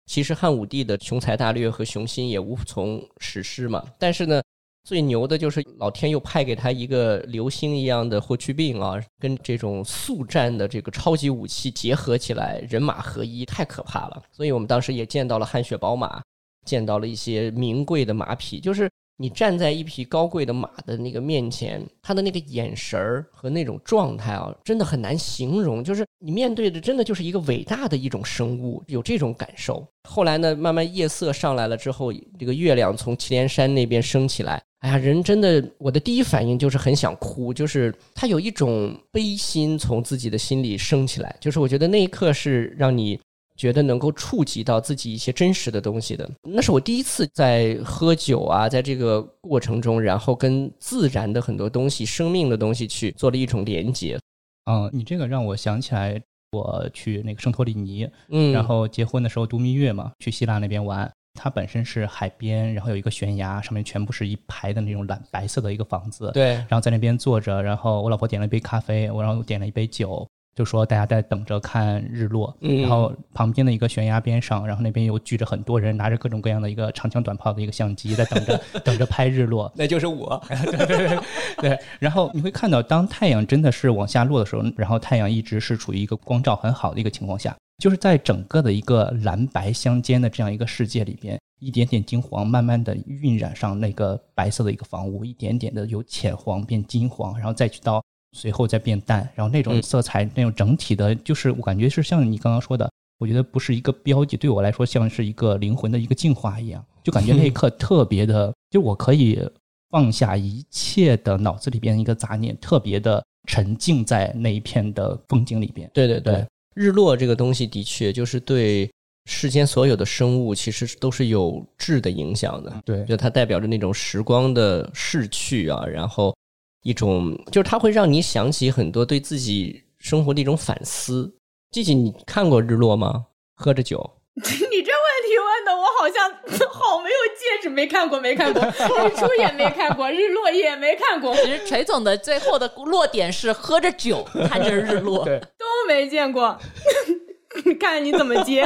其实汉武帝的雄才大略和雄心也无从史诗嘛，但是呢最牛的就是老天又派给他一个流星一样的霍去病啊，跟这种速战的这个超级武器结合起来，人马合一，太可怕了。所以我们当时也见到了汗血宝马，见到了一些名贵的马匹，就是你站在一匹高贵的马的那个面前，他的那个眼神和那种状态啊，真的很难形容，就是你面对的真的就是一个伟大的一种生物，有这种感受。后来呢，慢慢夜色上来了之后，这个月亮从祁连山那边升起来，哎呀，人真的，我的第一反应就是很想哭，就是他有一种悲心从自己的心里升起来，就是我觉得那一刻是让你觉得能够触及到自己一些真实的东西的。那是我第一次在喝酒啊，在这个过程中，然后跟自然的很多东西、生命的东西去做了一种连接。 你这个让我想起来，我去那个圣托里尼，然后结婚的时候度蜜月嘛，去希腊那边玩。它本身是海边，然后有一个悬崖，上面全部是一排的那种蓝白色的一个房子。 对， 然后在那边坐着，然后我老婆点了一杯咖啡，然后点了一杯酒，就说大家在等着看日落。然后旁边的一个悬崖边上，然后那边又聚着很多人，拿着各种各样的一个长枪短炮的一个相机，在等着拍日落。 那就是我。 对，然后你会看到，当太阳真的是往下落的时候，然后太阳一直是处于一个光照很好的一个情况下，就是在整个的一个蓝白相间的这样一个世界里边，一点点金黄慢慢的晕染上那个白色的一个房屋，一点点的由浅黄变金黄，然后再去到随后再变淡，然后那种色彩那种整体的，就是我感觉是像你刚刚说的，我觉得不是一个标记，对我来说像是一个灵魂的一个净化一样，就感觉那一刻特别的就我可以放下一切的脑子里边一个杂念，特别的沉浸在那一片的风景里边。 对对对，日落这个东西的确就是对世间所有的生物其实都是有质的影响的。 对， 就它代表着那种时光的逝去啊，然后一种就是它会让你想起很多对自己生活的一种反思。季季，你看过日落吗？喝着酒。 你这问题问的我好像好没有见识，没看过，日出也没看过，日落也没看过。 其实锤总的最后的落点是喝着酒看着日落， 对， 都没见过。看你怎么接。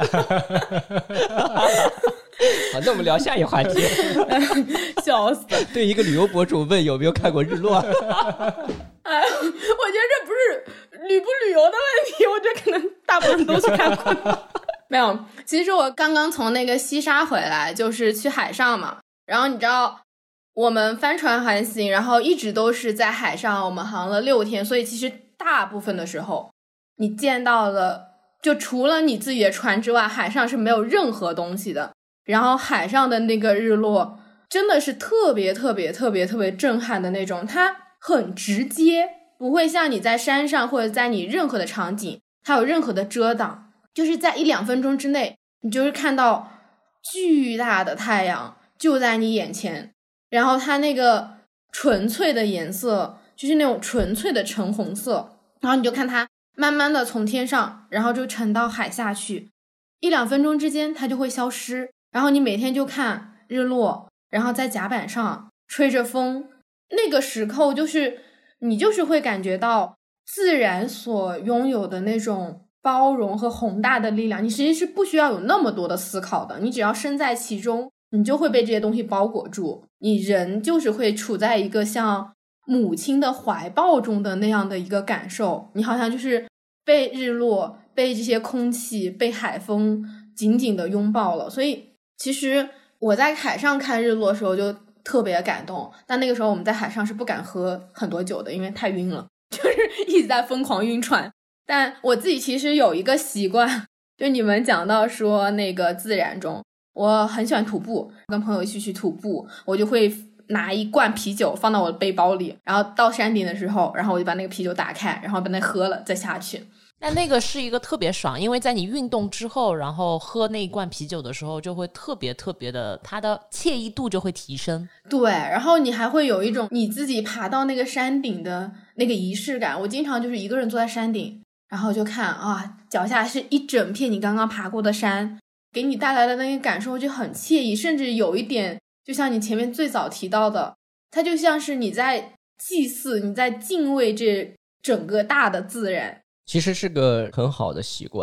好，那我们聊下一话题。 笑死！ 对一个旅游博主问有没有看过日落， 哎，我觉得这不是旅不旅游的问题，我觉得可能大部分人都去看过。没有，其实我刚刚从那个西沙回来，就是去海上嘛。然后你知道，我们帆船航行，然后一直都是在海上，我们航了6天，所以其实大部分的时候，你见到了，就除了你自己的船之外，海上是没有任何东西的。然后海上的那个日落真的是特别震撼的那种，它很直接，不会像你在山上或者在你任何的场景它有任何的遮挡，就是在1-2分钟之内，你就是看到巨大的太阳就在你眼前，然后它那个纯粹的颜色就是那种纯粹的橙红色，然后你就看它慢慢的从天上然后就沉到海下去，1-2分钟之间它就会消失。然后你每天就看日落，然后在甲板上吹着风，那个时刻就是你就是会感觉到自然所拥有的那种包容和宏大的力量，你实际是不需要有那么多的思考的，你只要身在其中，你就会被这些东西包裹住，你人就是会处在一个像母亲的怀抱中的那样的一个感受，你好像就是被日落、被这些空气、被海风紧紧的拥抱了。所以其实我在海上看日落的时候就特别感动，但那个时候我们在海上是不敢喝很多酒的，因为太晕了，就是一直在疯狂晕船。但我自己其实有一个习惯，就你们讲到说那个自然中，我很喜欢徒步，跟朋友一起去徒步，我就会拿一罐啤酒放到我的背包里，然后到山顶的时候，然后我就把那个啤酒打开，然后把那喝了再下去。 但那个是一个特别爽，因为在你运动之后，然后喝那一罐啤酒的时候，就会特别的，它的惬意度就会提升。 对，然后你还会有一种你自己爬到那个山顶的那个仪式感。我经常就是一个人坐在山顶，然后就看啊，脚下是一整片你刚刚爬过的山，给你带来的那个感受就很惬意，甚至有一点就像你前面最早提到的，它就像是你在祭祀，你在敬畏这整个大的自然。 其实是个很好的习惯，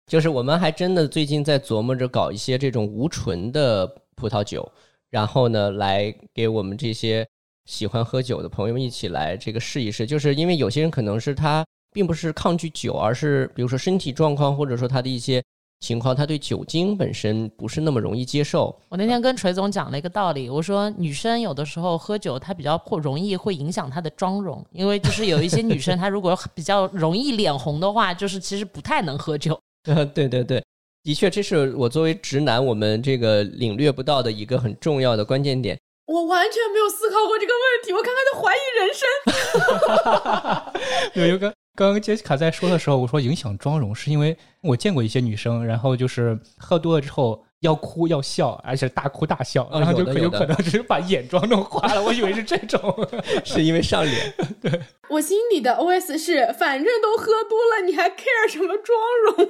就是我们还真的最近在琢磨着搞一些这种无醇的葡萄酒，然后呢来给我们这些喜欢喝酒的朋友们一起来这个试一试。就是因为有些人可能是他并不是抗拒酒，而是比如说身体状况或者说他的一些情况，他对酒精本身不是那么容易接受。 我那天跟锤总讲了一个道理，我说女生有的时候喝酒她比较容易会影响她的妆容，因为就是有一些女生她如果比较容易脸红的话，就是其实不太能喝酒。 对对对，的确这是我作为直男我们这个领略不到的一个很重要的关键点。 我完全没有思考过这个问题，我刚刚在怀疑人生。 有一个刚刚杰西卡在说的时候，我说影响妆容是因为我见过一些女生，然后就是喝多了之后要哭要笑，而且大哭大笑，然后就有可能是把眼妆弄花了。我以为是这种， 是因为上脸。对， 我心里的 OS 是，反正都喝多了，你还 care 什么妆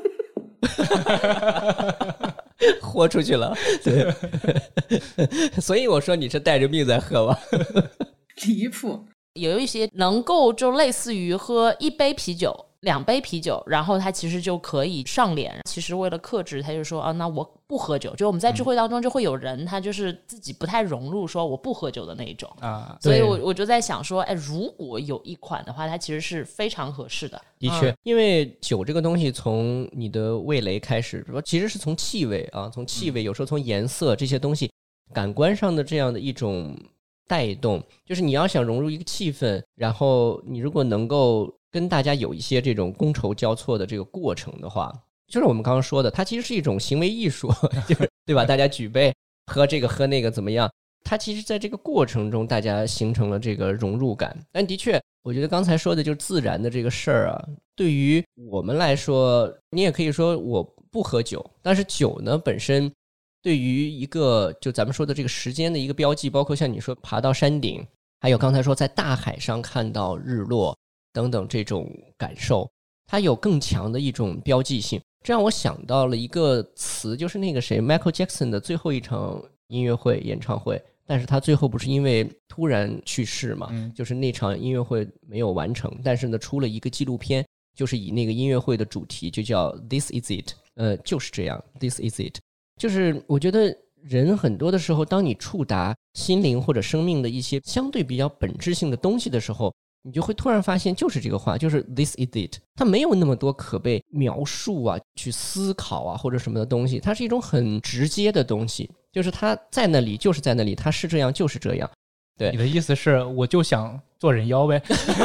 容？ 豁出去了。对，所以我说你是带着命在喝吧。 离谱。 有一些能够就类似于喝1杯啤酒2杯啤酒，然后他其实就可以上脸。其实为了克制，他就说那我不喝酒。就我们在聚会当中就会有人他就是自己不太融入说我不喝酒的那一种啊。所以我就在想说如果有一款的话，它其实是非常合适的。 的确，因为酒这个东西从你的味蕾开始，其实是从气味啊，从气味有时候从颜色这些东西感官上的这样的一种带动，就是你要想融入一个气氛，然后你如果能够跟大家有一些这种觥筹交错的这个过程的话，就是我们刚刚说的，它其实是一种行为艺术，就是对吧？大家举杯喝这个喝那个怎么样？它其实在这个过程中，大家形成了这个融入感。但的确，我觉得刚才说的就是自然的这个事儿啊，对于我们来说，你也可以说我不喝酒，但是酒呢本身对于一个就咱们说的这个时间的一个标记，包括像你说爬到山顶，还有刚才说在大海上看到日落等等这种感受，它有更强的一种标记性。这让我想到了一个词，就是那个谁 Michael Jackson 的最后一场音乐会演唱会，但是他最后不是因为突然去世嘛，就是那场音乐会没有完成，但是呢出了一个纪录片，就是以那个音乐会的主题就叫 This Is It， 就是这样 This Is It。就是我觉得人很多的时候，当你触达心灵或者生命的一些相对比较本质性的东西的时候，你就会突然发现就是这个话，就是 This is it， 它没有那么多可被描述啊去思考啊或者什么的东西，它是一种很直接的东西，就是它在那里就是在那里，它是这样就是这样。对， 你的意思是我就想做人妖呗？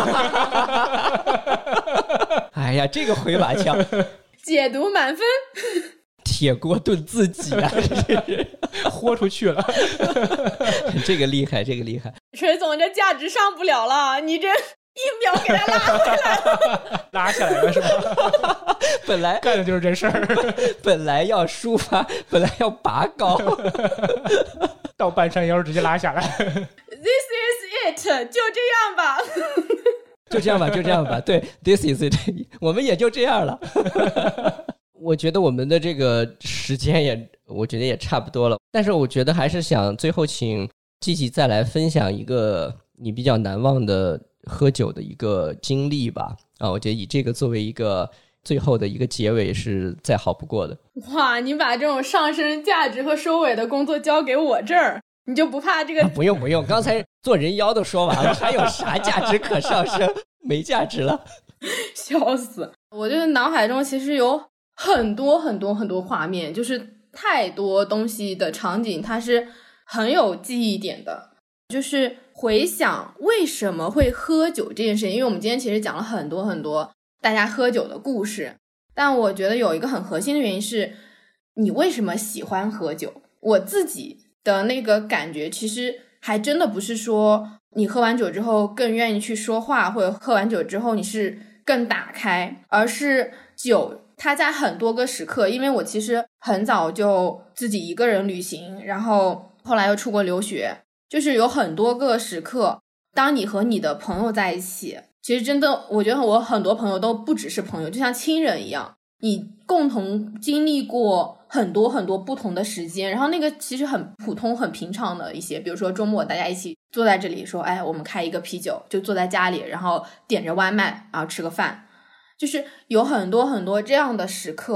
哎呀，这个回马枪解读满分。 铁锅炖自己啊， 豁出去了。 这个厉害，这个厉害。 锤总这价值上不了了，你这一秒给他拉回来了。 拉下来了是吧？ 本来干的就是这事儿， 本来要抒发，本来要拔高， 到半山腰直接拉下来。 This is it， 就这样吧。 就这样吧，就这样吧。对 ，This is it， 我们也就这样了。我觉得我们的这个时间我觉得也差不多了，但是我觉得还是想最后请季季再来分享一个你比较难忘的喝酒的一个经历吧。我觉得以这个作为一个最后的一个结尾是再好不过的。 哇，你把这种上升价值和收尾的工作交给我这儿，你就不怕这个？ 不用，刚才做人妖都说完了，还有啥价值可上升？没价值了。 笑死！我这个脑海中其实有很多很多很多画面，就是太多东西的场景它是很有记忆点的。就是回想为什么会喝酒这件事情，因为我们今天其实讲了很多很多大家喝酒的故事，但我觉得有一个很核心的原因是你为什么喜欢喝酒。我自己的那个感觉其实还真的不是说你喝完酒之后更愿意去说话，或者喝完酒之后你是更打开，而是酒它在很多个时刻，因为我其实很早就自己一个人旅行，然后后来又出国留学，就是有很多个时刻，当你和你的朋友在一起，其实真的我觉得我很多朋友都不只是朋友，就像亲人一样，你共同经历过很多很多不同的时间，然后那个其实很普通很平常的一些，比如说周末大家一起坐在这里说，哎，我们开一个啤酒，就坐在家里，然后点着外卖，然后吃个饭，就是有很多很多这样的时刻，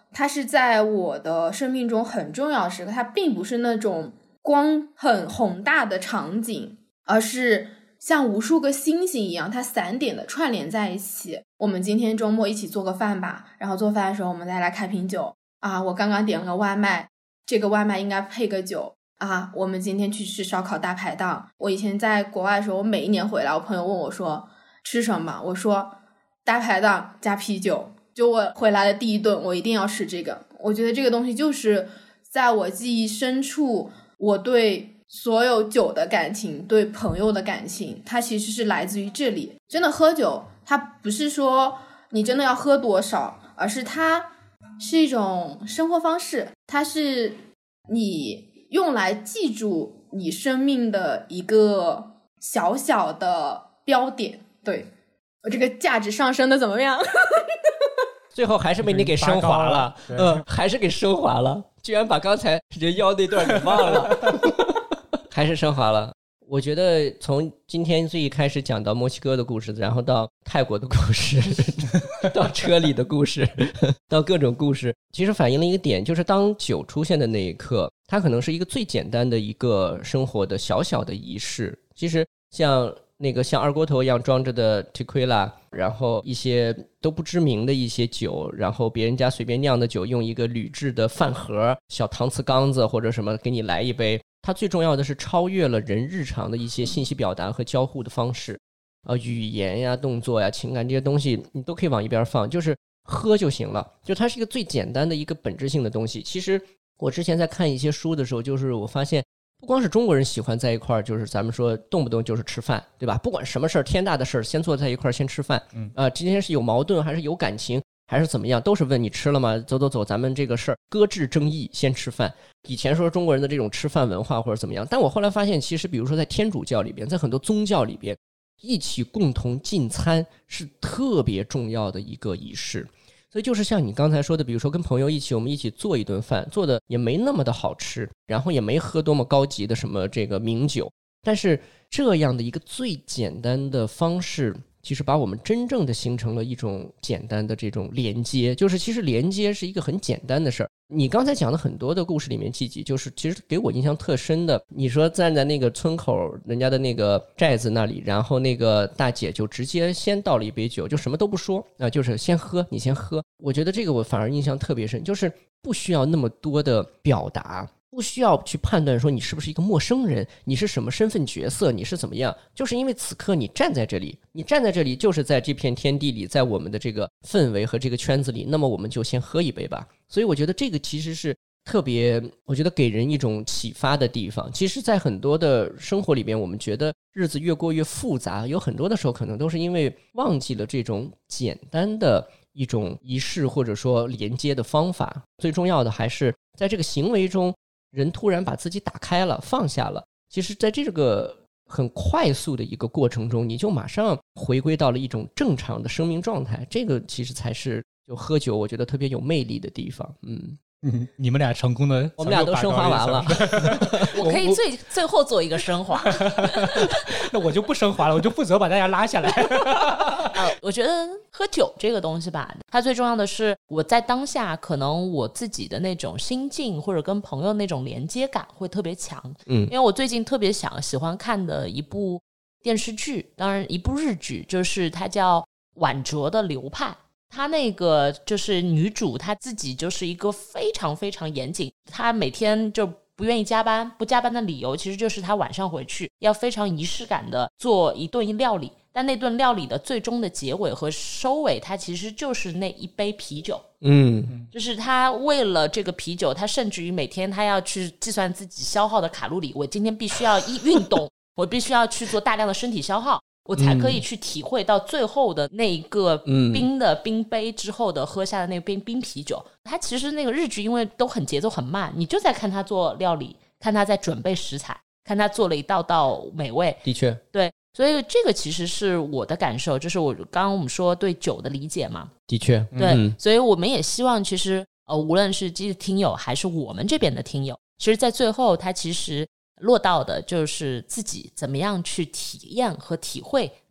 它是在我的生命中很重要的时刻，它并不是那种光很宏大的场景，而是像无数个星星一样，它散点的串联在一起。我们今天周末一起做个饭吧，然后做饭的时候我们再来开瓶酒啊，我刚刚点了个外卖，这个外卖应该配个酒啊，我们今天去吃烧烤大排档。我以前在国外的时候，我每一年回来，我朋友问我说吃什么，我说大排档加啤酒，就我回来的第一顿我一定要吃这个。我觉得这个东西就是在我记忆深处，我对所有酒的感情，对朋友的感情，它其实是来自于这里。真的喝酒它不是说你真的要喝多少，而是它是一种生活方式，它是你用来记住你生命的一个小小的标点。对，我这个价值上升的怎么样？ 最后还是被你给升华了，还是给升华了，居然把刚才人妖那段给忘了，还是升华了。我觉得从今天最一开始讲到墨西哥的故事，然后到泰国的故事，到车里的故事，到各种故事，其实反映了一个点，就是当酒出现的那一刻，它可能是一个最简单的一个生活的小小的仪式。其实像二锅头一样装着的 tequila， 然后一些都不知名的一些酒，然后别人家随便酿的酒，用一个铝制的饭盒、小搪瓷缸子或者什么给你来一杯。它最重要的是超越了人日常的一些信息表达和交互的方式，语言呀、动作呀、情感这些东西你都可以往一边放，就是喝就行了。就它是一个最简单的一个本质性的东西。其实我之前在看一些书的时候，就是我发现不光是中国人喜欢在一块儿，就是咱们说动不动就是吃饭，对吧？不管什么事儿，天大的事儿，先坐在一块儿先吃饭。今天是有矛盾还是有感情还是怎么样，都是问你吃了吗？走走走，咱们这个事儿搁置争议，先吃饭。以前说中国人的这种吃饭文化或者怎么样，但我后来发现，其实比如说在天主教里边，在很多宗教里边，一起共同进餐是特别重要的一个仪式。所以就是像你刚才说的，比如说跟朋友一起，我们一起做一顿饭，做的也没那么的好吃，然后也没喝多么高级的什么这个名酒，但是这样的一个最简单的方式，其实把我们真正的形成了一种简单的这种连接。就是其实连接是一个很简单的事儿。你刚才讲的很多的故事里面，季季就是其实给我印象特深的，你说站在那个村口人家的那个寨子那里，然后那个大姐就直接先倒了一杯酒，就什么都不说就是先喝，你先喝。我觉得这个我反而印象特别深，就是不需要那么多的表达，不需要去判断说你是不是一个陌生人，你是什么身份角色，你是怎么样，就是因为此刻你站在这里，你站在这里就是在这片天地里，在我们的这个氛围和这个圈子里，那么我们就先喝一杯吧。所以我觉得这个其实是特别，我觉得给人一种启发的地方。其实在很多的生活里边，我们觉得日子越过越复杂，有很多的时候可能都是因为忘记了这种简单的一种仪式或者说连接的方法。最重要的还是在这个行为中，人突然把自己打开了，放下了。其实在这个很快速的一个过程中，你就马上回归到了一种正常的生命状态。这个其实才是就喝酒我觉得特别有魅力的地方。 你们俩成功的， 我们俩都升华完了。 我可以最后做一个升华。 那我就不升华了，我就负责把大家拉下来。 我觉得喝酒这个东西吧，它最重要的是我在当下可能我自己的那种心境或者跟朋友那种连接感会特别强。因为我最近特别喜欢看的一部电视剧，当然一部日剧，就是它叫晚酌的流派。她那个就是女主，她自己就是一个非常非常严谨，她每天就不愿意加班，不加班的理由其实就是她晚上回去要非常仪式感的做一顿料理，但那顿料理的最终的结尾和收尾，它其实就是那一杯啤酒。就是她为了这个啤酒，她甚至于每天她要去计算自己消耗的卡路里，我今天必须要运动，我必须要去做大量的身体消耗，我才可以去体会到最后的那一个冰的冰杯之后的喝下的那杯冰啤酒。它其实那个日剧因为都很节奏很慢，你就在看他做料理，看他在准备食材，看他做了一道道美味。 的确， 对，所以这个其实是我的感受，就是我刚刚我们说对酒的理解嘛。 的确， 对，所以我们也希望其实无论是这些听友还是我们这边的听友，其实在最后他其实落到的就是自己怎么样去体验和体会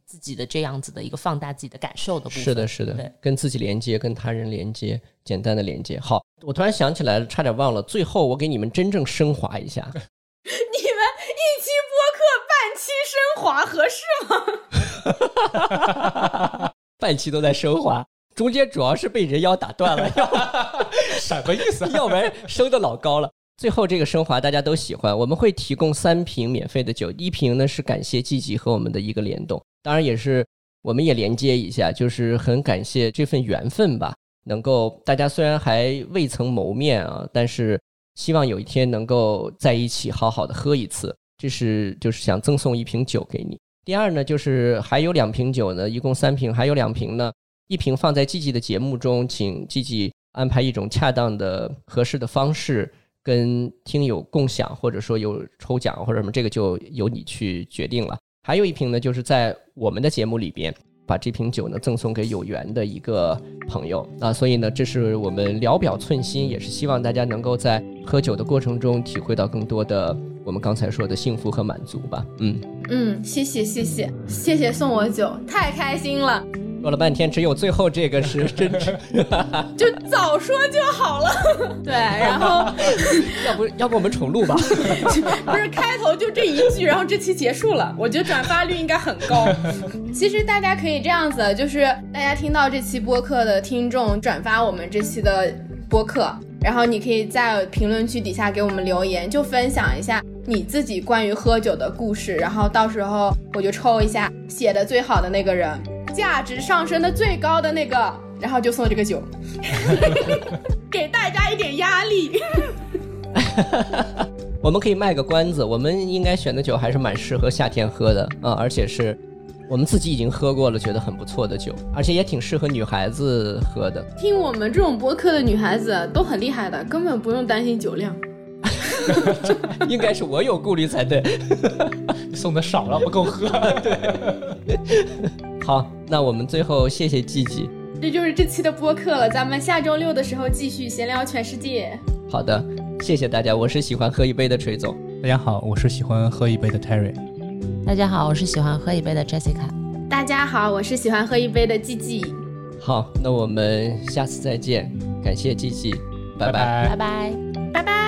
自己的这样子的一个放大自己的感受的部分。 是的是的，跟自己连接，跟他人连接，简单的连接。好，我突然想起来了，差点忘了，最后我给你们真正升华一下。 你们一期播客半期升华合适吗？ 半期都在升华，中间主要是被人妖打断了。 什么意思？ 要不然升的老高了。最后这个升华大家都喜欢，我们会提供3瓶免费的酒，一瓶呢是感谢季季和我们的一个联动，当然也是我们也连接一下，就是很感谢这份缘分吧，能够大家虽然还未曾谋面啊，但是希望有一天能够在一起好好的喝一次，这是就是想赠送1瓶酒给你。第二呢，就是还有2瓶酒呢，一共3瓶，还有2瓶呢，一瓶放在季季的节目中，请季季安排一种恰当的合适的方式跟听友共享，或者说有抽奖或者什么，这个就由你去决定了。还有1瓶呢，就是在我们的节目里边把这瓶酒呢赠送给有缘的一个朋友啊，所以呢，这是我们聊表寸心，也是希望大家能够在喝酒的过程中体会到更多的我们刚才说的幸福和满足吧。 谢谢送我酒，太开心了。 说了半天，只有最后这个是真挚， 就早说就好了。对，然后要不我们重录吧？ 不是开头就这一句，然后这期结束了，我觉得转发率应该很高。其实大家可以这样子，就是大家听到这期播客的听众转发我们这期的播客，然后你可以在评论区底下给我们留言，就分享一下你自己关于喝酒的故事，然后到时候我就抽一下写的最好的那个人，价值上升的最高的那个，然后就送这个酒。给大家一点压力。 我们可以卖个关子，我们应该选的酒还是蛮适合夏天喝的啊，而且是我们自己已经喝过了，觉得很不错的酒，而且也挺适合女孩子喝的。 听我们这种播客的女孩子都很厉害的，根本不用担心酒量。 应该是我有顾虑才对。 送的少了不够喝。 对。好，那我们最后谢谢季季。 这就是这期的播客了，咱们下周6的时候继续闲聊全世界。 好的，谢谢大家，我是喜欢喝一杯的锤总。 大家好，我是喜欢喝一杯的 Terry。 大家好，我是喜欢喝一杯的 Jessica。 大家好，我是喜欢喝一杯的季季。 好，那我们下次再见，感谢季季，拜拜， 拜拜， 拜拜。